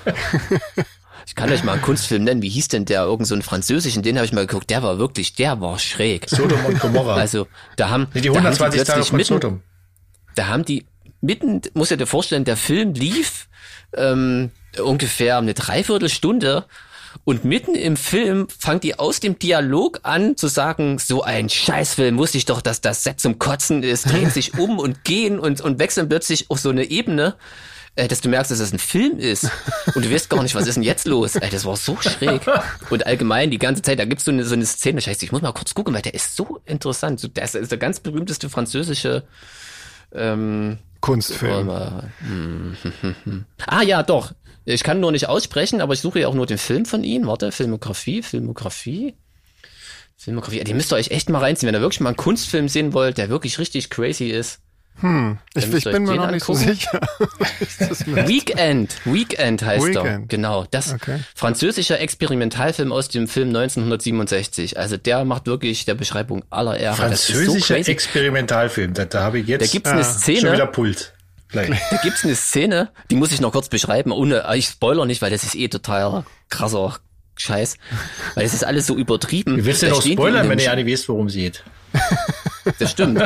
Ich kann euch mal einen Kunstfilm nennen. Wie hieß denn der? Irgend so einen französischen, den habe ich mal geguckt. Der war wirklich, der war schräg. Sodom und Gomorra. Also da haben, Nee, die da haben die hundertzwanzig Tage plötzlich von mitten, Sodom. da haben die mitten, muss ja dir vorstellen, der Film lief ähm, ungefähr eine Dreiviertelstunde und mitten im Film fangen die aus dem Dialog an zu sagen, so ein Scheißfilm, wusste ich doch, dass das Set zum Kotzen ist, drehen sich um und gehen und, und wechseln plötzlich auf so eine Ebene, äh, dass du merkst, dass das ein Film ist und du weißt gar nicht, was ist denn jetzt los. Ey, das war so schräg. Und allgemein die ganze Zeit, da gibt's so eine, so eine Szene, scheiße, ich muss mal kurz gucken, weil der ist so interessant. So, der ist, ist der ganz berühmteste französische ähm, Kunstfilm. Warte mal. Hm, hm, hm, hm. Ah ja, doch. Ich kann nur nicht aussprechen, aber ich suche ja auch nur den Film von ihm. Warte, Filmografie, Filmografie. Filmografie. Die müsst ihr euch echt mal reinziehen, wenn ihr wirklich mal einen Kunstfilm sehen wollt, der wirklich richtig crazy ist. Hm. Ich, Dann ich müsst ihr bin euch mir den noch nicht so angucken. sicher. Ist das mit- Weekend. Weekend heißt er. Weekend. Genau. Das Okay. französischer Experimentalfilm aus dem Film neunzehnhundertsiebenundsechzig. Also der macht wirklich der Beschreibung aller Ehre. Das ist so Französischer crazy. Experimentalfilm. Da, da habe ich jetzt Da gibt's eine Ah, schon wieder Szene. Pult. Gleich. Da gibt's eine Szene, die muss ich noch kurz beschreiben, ohne, ich spoiler nicht, weil das ist eh total krasser Scheiß. Weil das ist alles so übertrieben. Wie willst du Da denn auch stehen die spoilern, in wenn dem du ja nicht weißt, worum es geht? Das stimmt.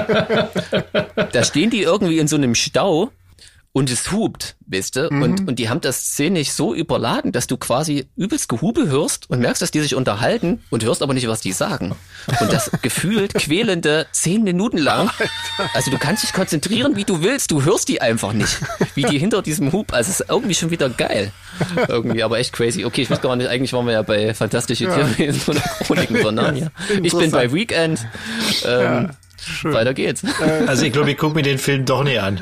Da stehen die irgendwie in so einem Stau und es hupt, weißt du? Mhm. Und, und die haben das szenisch so überladen, dass du quasi übelst Gehube hörst und merkst, dass die sich unterhalten und hörst aber nicht, was die sagen. Und das gefühlt quälende zehn Minuten lang. Also du kannst dich konzentrieren, wie du willst. Du hörst die einfach nicht. Wie die hinter diesem Hub. Also es ist irgendwie schon wieder geil. Irgendwie, aber echt crazy. Okay, ich weiß gar nicht, eigentlich waren wir ja bei Fantastische Ja. Tierwesen oder Chroniken von Narnia. Ich bin bei Weekend. Ähm, Schön. weiter geht's. Also ich glaube, ich gucke mir den Film doch nicht an.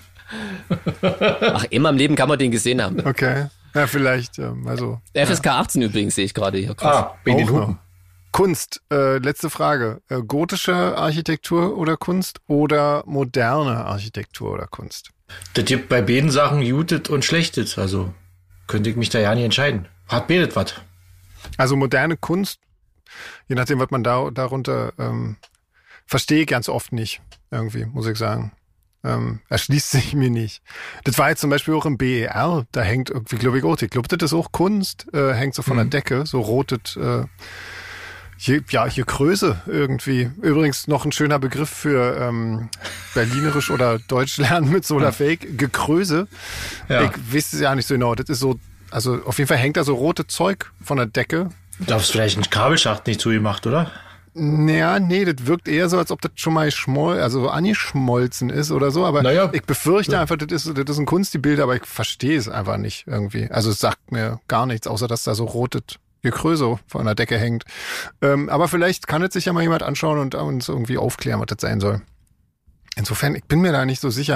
Ach, immer im Leben kann man den gesehen haben. Okay. Ja, vielleicht, ähm, also. F S K achtzehn übrigens sehe ich gerade hier. Krass. Ah, wegen den Auch Hupen. noch. Kunst, äh, letzte Frage. Äh, gotische Architektur oder Kunst oder moderne Architektur oder Kunst? Das gibt bei beiden Sachen Jutet und Schlechtes. Also könnte ich mich da ja nicht entscheiden. Hat betet was. Also moderne Kunst, je nachdem, was man da darunter ähm, verstehe, ganz oft nicht. Irgendwie, muss ich sagen. Ähm, erschließt sich mir nicht. Das war jetzt zum Beispiel auch im B E R, da hängt irgendwie, glaube ich, auch, ich glaube, das ist auch Kunst, äh, hängt so von der Decke, so rotet, äh, Je, ja, je Größe irgendwie. Übrigens noch ein schöner Begriff für ähm, Berlinerisch oder Deutsch lernen mit Solarfake. Gekröse. Ja. Ich weiß es ja nicht so genau. Das ist so, also auf jeden Fall hängt da so rote Zeug von der Decke. Du hast vielleicht einen Kabelschacht nicht zugemacht, oder? Naja, nee, das wirkt eher so, als ob das schon mal schmoll, also angeschmolzen ist oder so. Aber naja. ich befürchte einfach, das ist, das ist ein Kunstgebilde, aber ich verstehe es einfach nicht irgendwie. Also es sagt mir gar nichts, außer dass da so rotes Gekröse von der Decke hängt. Ähm, aber vielleicht kann es sich ja mal jemand anschauen und uns irgendwie aufklären, was das sein soll. Insofern, ich bin mir da nicht so sicher.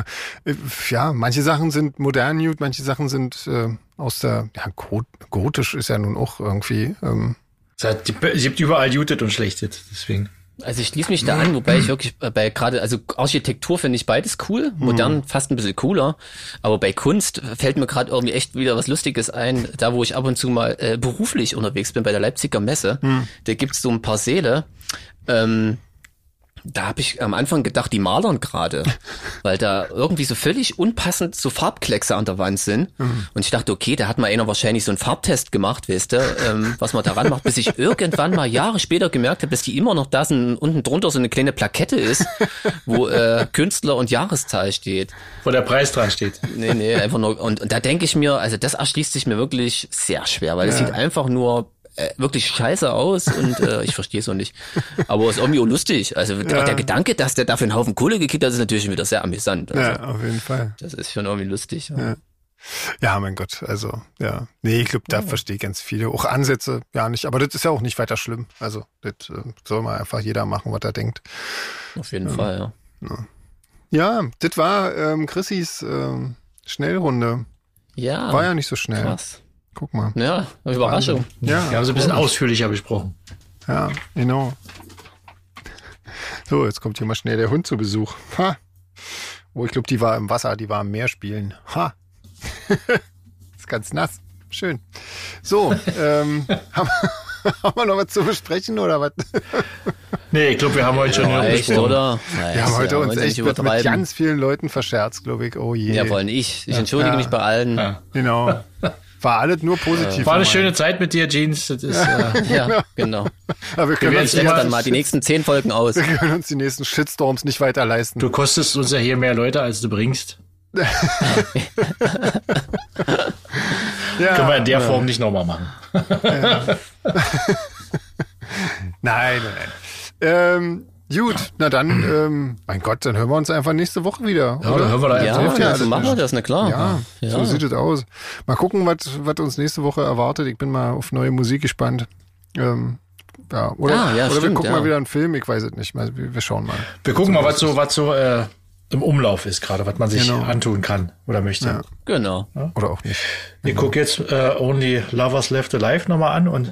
Ja, manche Sachen sind modern Nude, manche Sachen sind äh, aus der, ja, gotisch ist ja nun auch irgendwie. Ähm, es gibt überall Jutet und Schlechtet, deswegen. Also ich schließe mich da an, wobei ich wirklich bei gerade, also Architektur finde ich beides cool, modern fast ein bisschen cooler, aber bei Kunst fällt mir gerade irgendwie echt wieder was Lustiges ein, da wo ich ab und zu mal äh, beruflich unterwegs bin, bei der Leipziger Messe, hm. da gibt's so ein paar Säle, ähm, da habe ich am Anfang gedacht, die malern gerade, weil da irgendwie so völlig unpassend so Farbkleckse an der Wand sind. Mhm. Und ich dachte, okay, da hat mal einer wahrscheinlich so einen Farbtest gemacht, weißt du, ähm, was man daran macht, bis ich irgendwann mal Jahre später gemerkt habe, dass die immer noch da sind, unten drunter so eine kleine Plakette ist, wo äh, Künstler und Jahreszahl steht. Wo der Preis dran steht. Nee, nee, einfach nur. Und, und da denke ich mir, also das erschließt sich mir wirklich sehr schwer, weil es ja. sieht einfach nur Äh, wirklich scheiße aus und äh, ich verstehe es auch nicht. Aber es ist irgendwie auch lustig. Also ja. der Gedanke, dass der dafür einen Haufen Kohle gekriegt hat, ist natürlich wieder sehr amüsant. Also, ja, auf jeden Fall. Das ist schon irgendwie lustig. Ja, ja. ja mein Gott, also ja. Nee, ich glaube, da ja. verstehe ich ganz viele. Auch Ansätze, ja nicht. Aber das ist ja auch nicht weiter schlimm. Also das äh, soll mal einfach jeder machen, was er denkt. Auf jeden ähm, Fall, ja. Ja, ja das war ähm, Chrissys ähm, Schnellrunde. Ja. War ja nicht so schnell. Krass. Guck mal. Ja, Überraschung. Ja, wir haben so ein bisschen ausführlicher besprochen. Ja, genau. So, jetzt kommt hier mal schnell der Hund zu Besuch. Ha. Oh, ich glaube, die war im Wasser, die war im Meer spielen. Ha. Ist ganz nass. Schön. So, ähm, haben, haben wir noch was zu besprechen oder was? Nee, ich glaube, wir haben heute schon ja, echt, oder? Na, wir haben heute ja, uns echt mit, mit ganz vielen Leuten verscherzt, glaube ich. Oh je. Ja, vor allem ich. Ich entschuldige ja. mich bei allen. Ja. Genau. War alles nur positiv. War eine schöne Zeit mit dir, Jeans. Das ist, äh, ja, genau. Aber wir können wir uns jetzt dann mal die nächsten zehn Folgen aus. Wir können uns die nächsten Shitstorms nicht weiter leisten. Du kostest uns ja hier mehr Leute, als du bringst. ja. Können wir in der ja. Form nicht nochmal machen. Ja. Nein, nein, nein. Ähm, gut, na dann, ähm, mein Gott, dann hören wir uns einfach nächste Woche wieder. Ja, dann hören wir da ja, ja, ja so machen wir das, na klar. Ja, ja, so sieht es aus. Mal gucken, was was uns nächste Woche erwartet. Ich bin mal auf neue Musik gespannt. Ähm, ja, oder ah, ja, oder stimmt, wir gucken ja. mal wieder einen Film, ich weiß es nicht. Wir, wir schauen mal. Wir gucken mal, was so, was so äh, im Umlauf ist gerade, was man sich genau. antun kann oder möchte. Ja. Genau. Ja? Oder auch nicht. Ich genau. gucke jetzt äh, Only Lovers Left Alive nochmal an und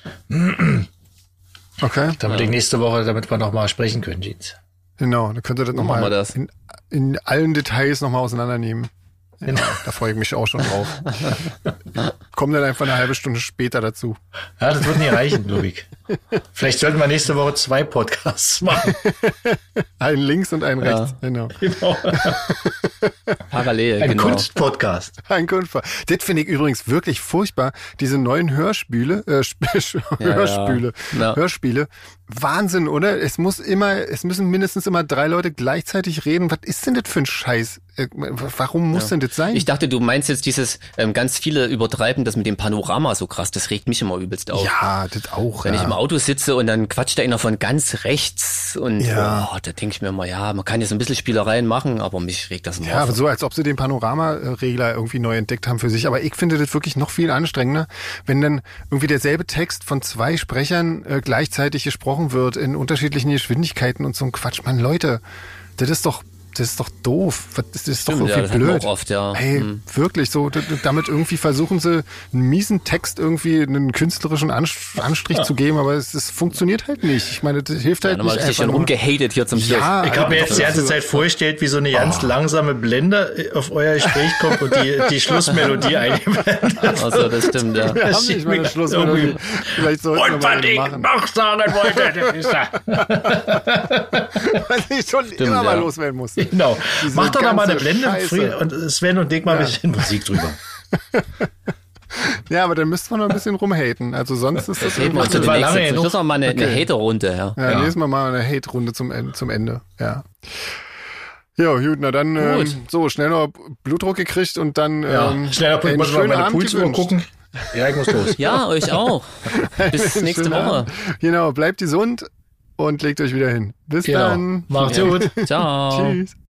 okay. Damit ja. ich nächste Woche, damit wir nochmal sprechen können, Jeans. Genau, dann könnt ihr das nochmal in, in allen Details nochmal auseinandernehmen. Ja, genau. Da freue ich mich auch schon drauf. Komm dann einfach eine halbe Stunde später dazu. Ja, das wird nicht reichen, glaube ich. Vielleicht sollten wir nächste Woche zwei Podcasts machen. Einen links und einen ja. rechts. Genau. genau. Parallel, Ein genau. Kunstpodcast. Ein Kunstpodcast. Das finde ich übrigens wirklich furchtbar. Diese neuen Hörspiele, äh, Hörspiele, ja, ja. Hörspiele. Wahnsinn, oder? Es muss immer, es müssen mindestens immer drei Leute gleichzeitig reden. Was ist denn das für ein Scheiß? Warum muss ja. denn das sein? Ich dachte, du meinst jetzt dieses, ähm, ganz viele übertreiben das mit dem Panorama so krass. Das regt mich immer übelst auf. Ja, das auch. Wenn ja. ich im Auto sitze und dann quatscht da einer von ganz rechts und ja. oh, da denke ich mir mal, ja, man kann jetzt ein bisschen Spielereien machen, aber mich regt das immer Ja, auf. aber so, als ob sie den Panorama-Regler irgendwie neu entdeckt haben für sich. Aber ich finde das wirklich noch viel anstrengender, wenn dann irgendwie derselbe Text von zwei Sprechern äh, gleichzeitig gesprochen wird in unterschiedlichen Geschwindigkeiten und so ein Quatsch. Mann, Leute, das ist doch Das ist doch doof. Das ist Stimmt, doch irgendwie ja, das blöd. hat man auch oft, ja. Hey, hm. wirklich so. d- Damit irgendwie versuchen sie, einen miesen Text irgendwie einen künstlerischen Anst- Anstrich Ja. zu geben, aber es, es funktioniert halt nicht. Ich meine, das hilft Ja, halt nochmal nicht. richtig schön nur- rumgehatet hier zum Schluss. Ja, Ich habe mir jetzt die ganze also- Zeit vorgestellt, wie so eine ganz Oh. langsame Blende auf euer Gespräch kommt und die, die Schlussmelodie eingeblendet. Also, das stimmt, ja. Wir haben nicht mal eine Schlussmelodie. Vielleicht sollten wir Und mal was eine ich machen. noch sagen wollte, das ist ja. Was ich schon Stimmt, immer mal ja. loswerden musste. Genau. Diese Mach doch noch mal eine ganze Blende Scheiße. früh und Sven und leg mal ein Ja. bisschen Musik drüber. Ja, aber dann müssten wir noch ein bisschen rumhaten. Also sonst ist das... Reden wir uns das in war der lange nächsten. genug. Das ist noch mal eine, eine Okay. Hater-Runde, ja. Ja, Ja. nächstes Mal mal eine Hate-Runde zum, En- zum Ende. Ja. Ja, gut, na dann ähm, Gut. so, schnell noch Blutdruck gekriegt und dann Ja, ähm, schneller einen muss mal schönen meine Abend Pulsuhr gewünscht. gucken. Ja, ich muss los. Ja, euch auch. Bis Einen nächste schönen Woche. Abend. Genau, bleibt gesund und legt euch wieder hin. Bis Genau. dann. Macht's Ja. gut. Ciao. Tschüss.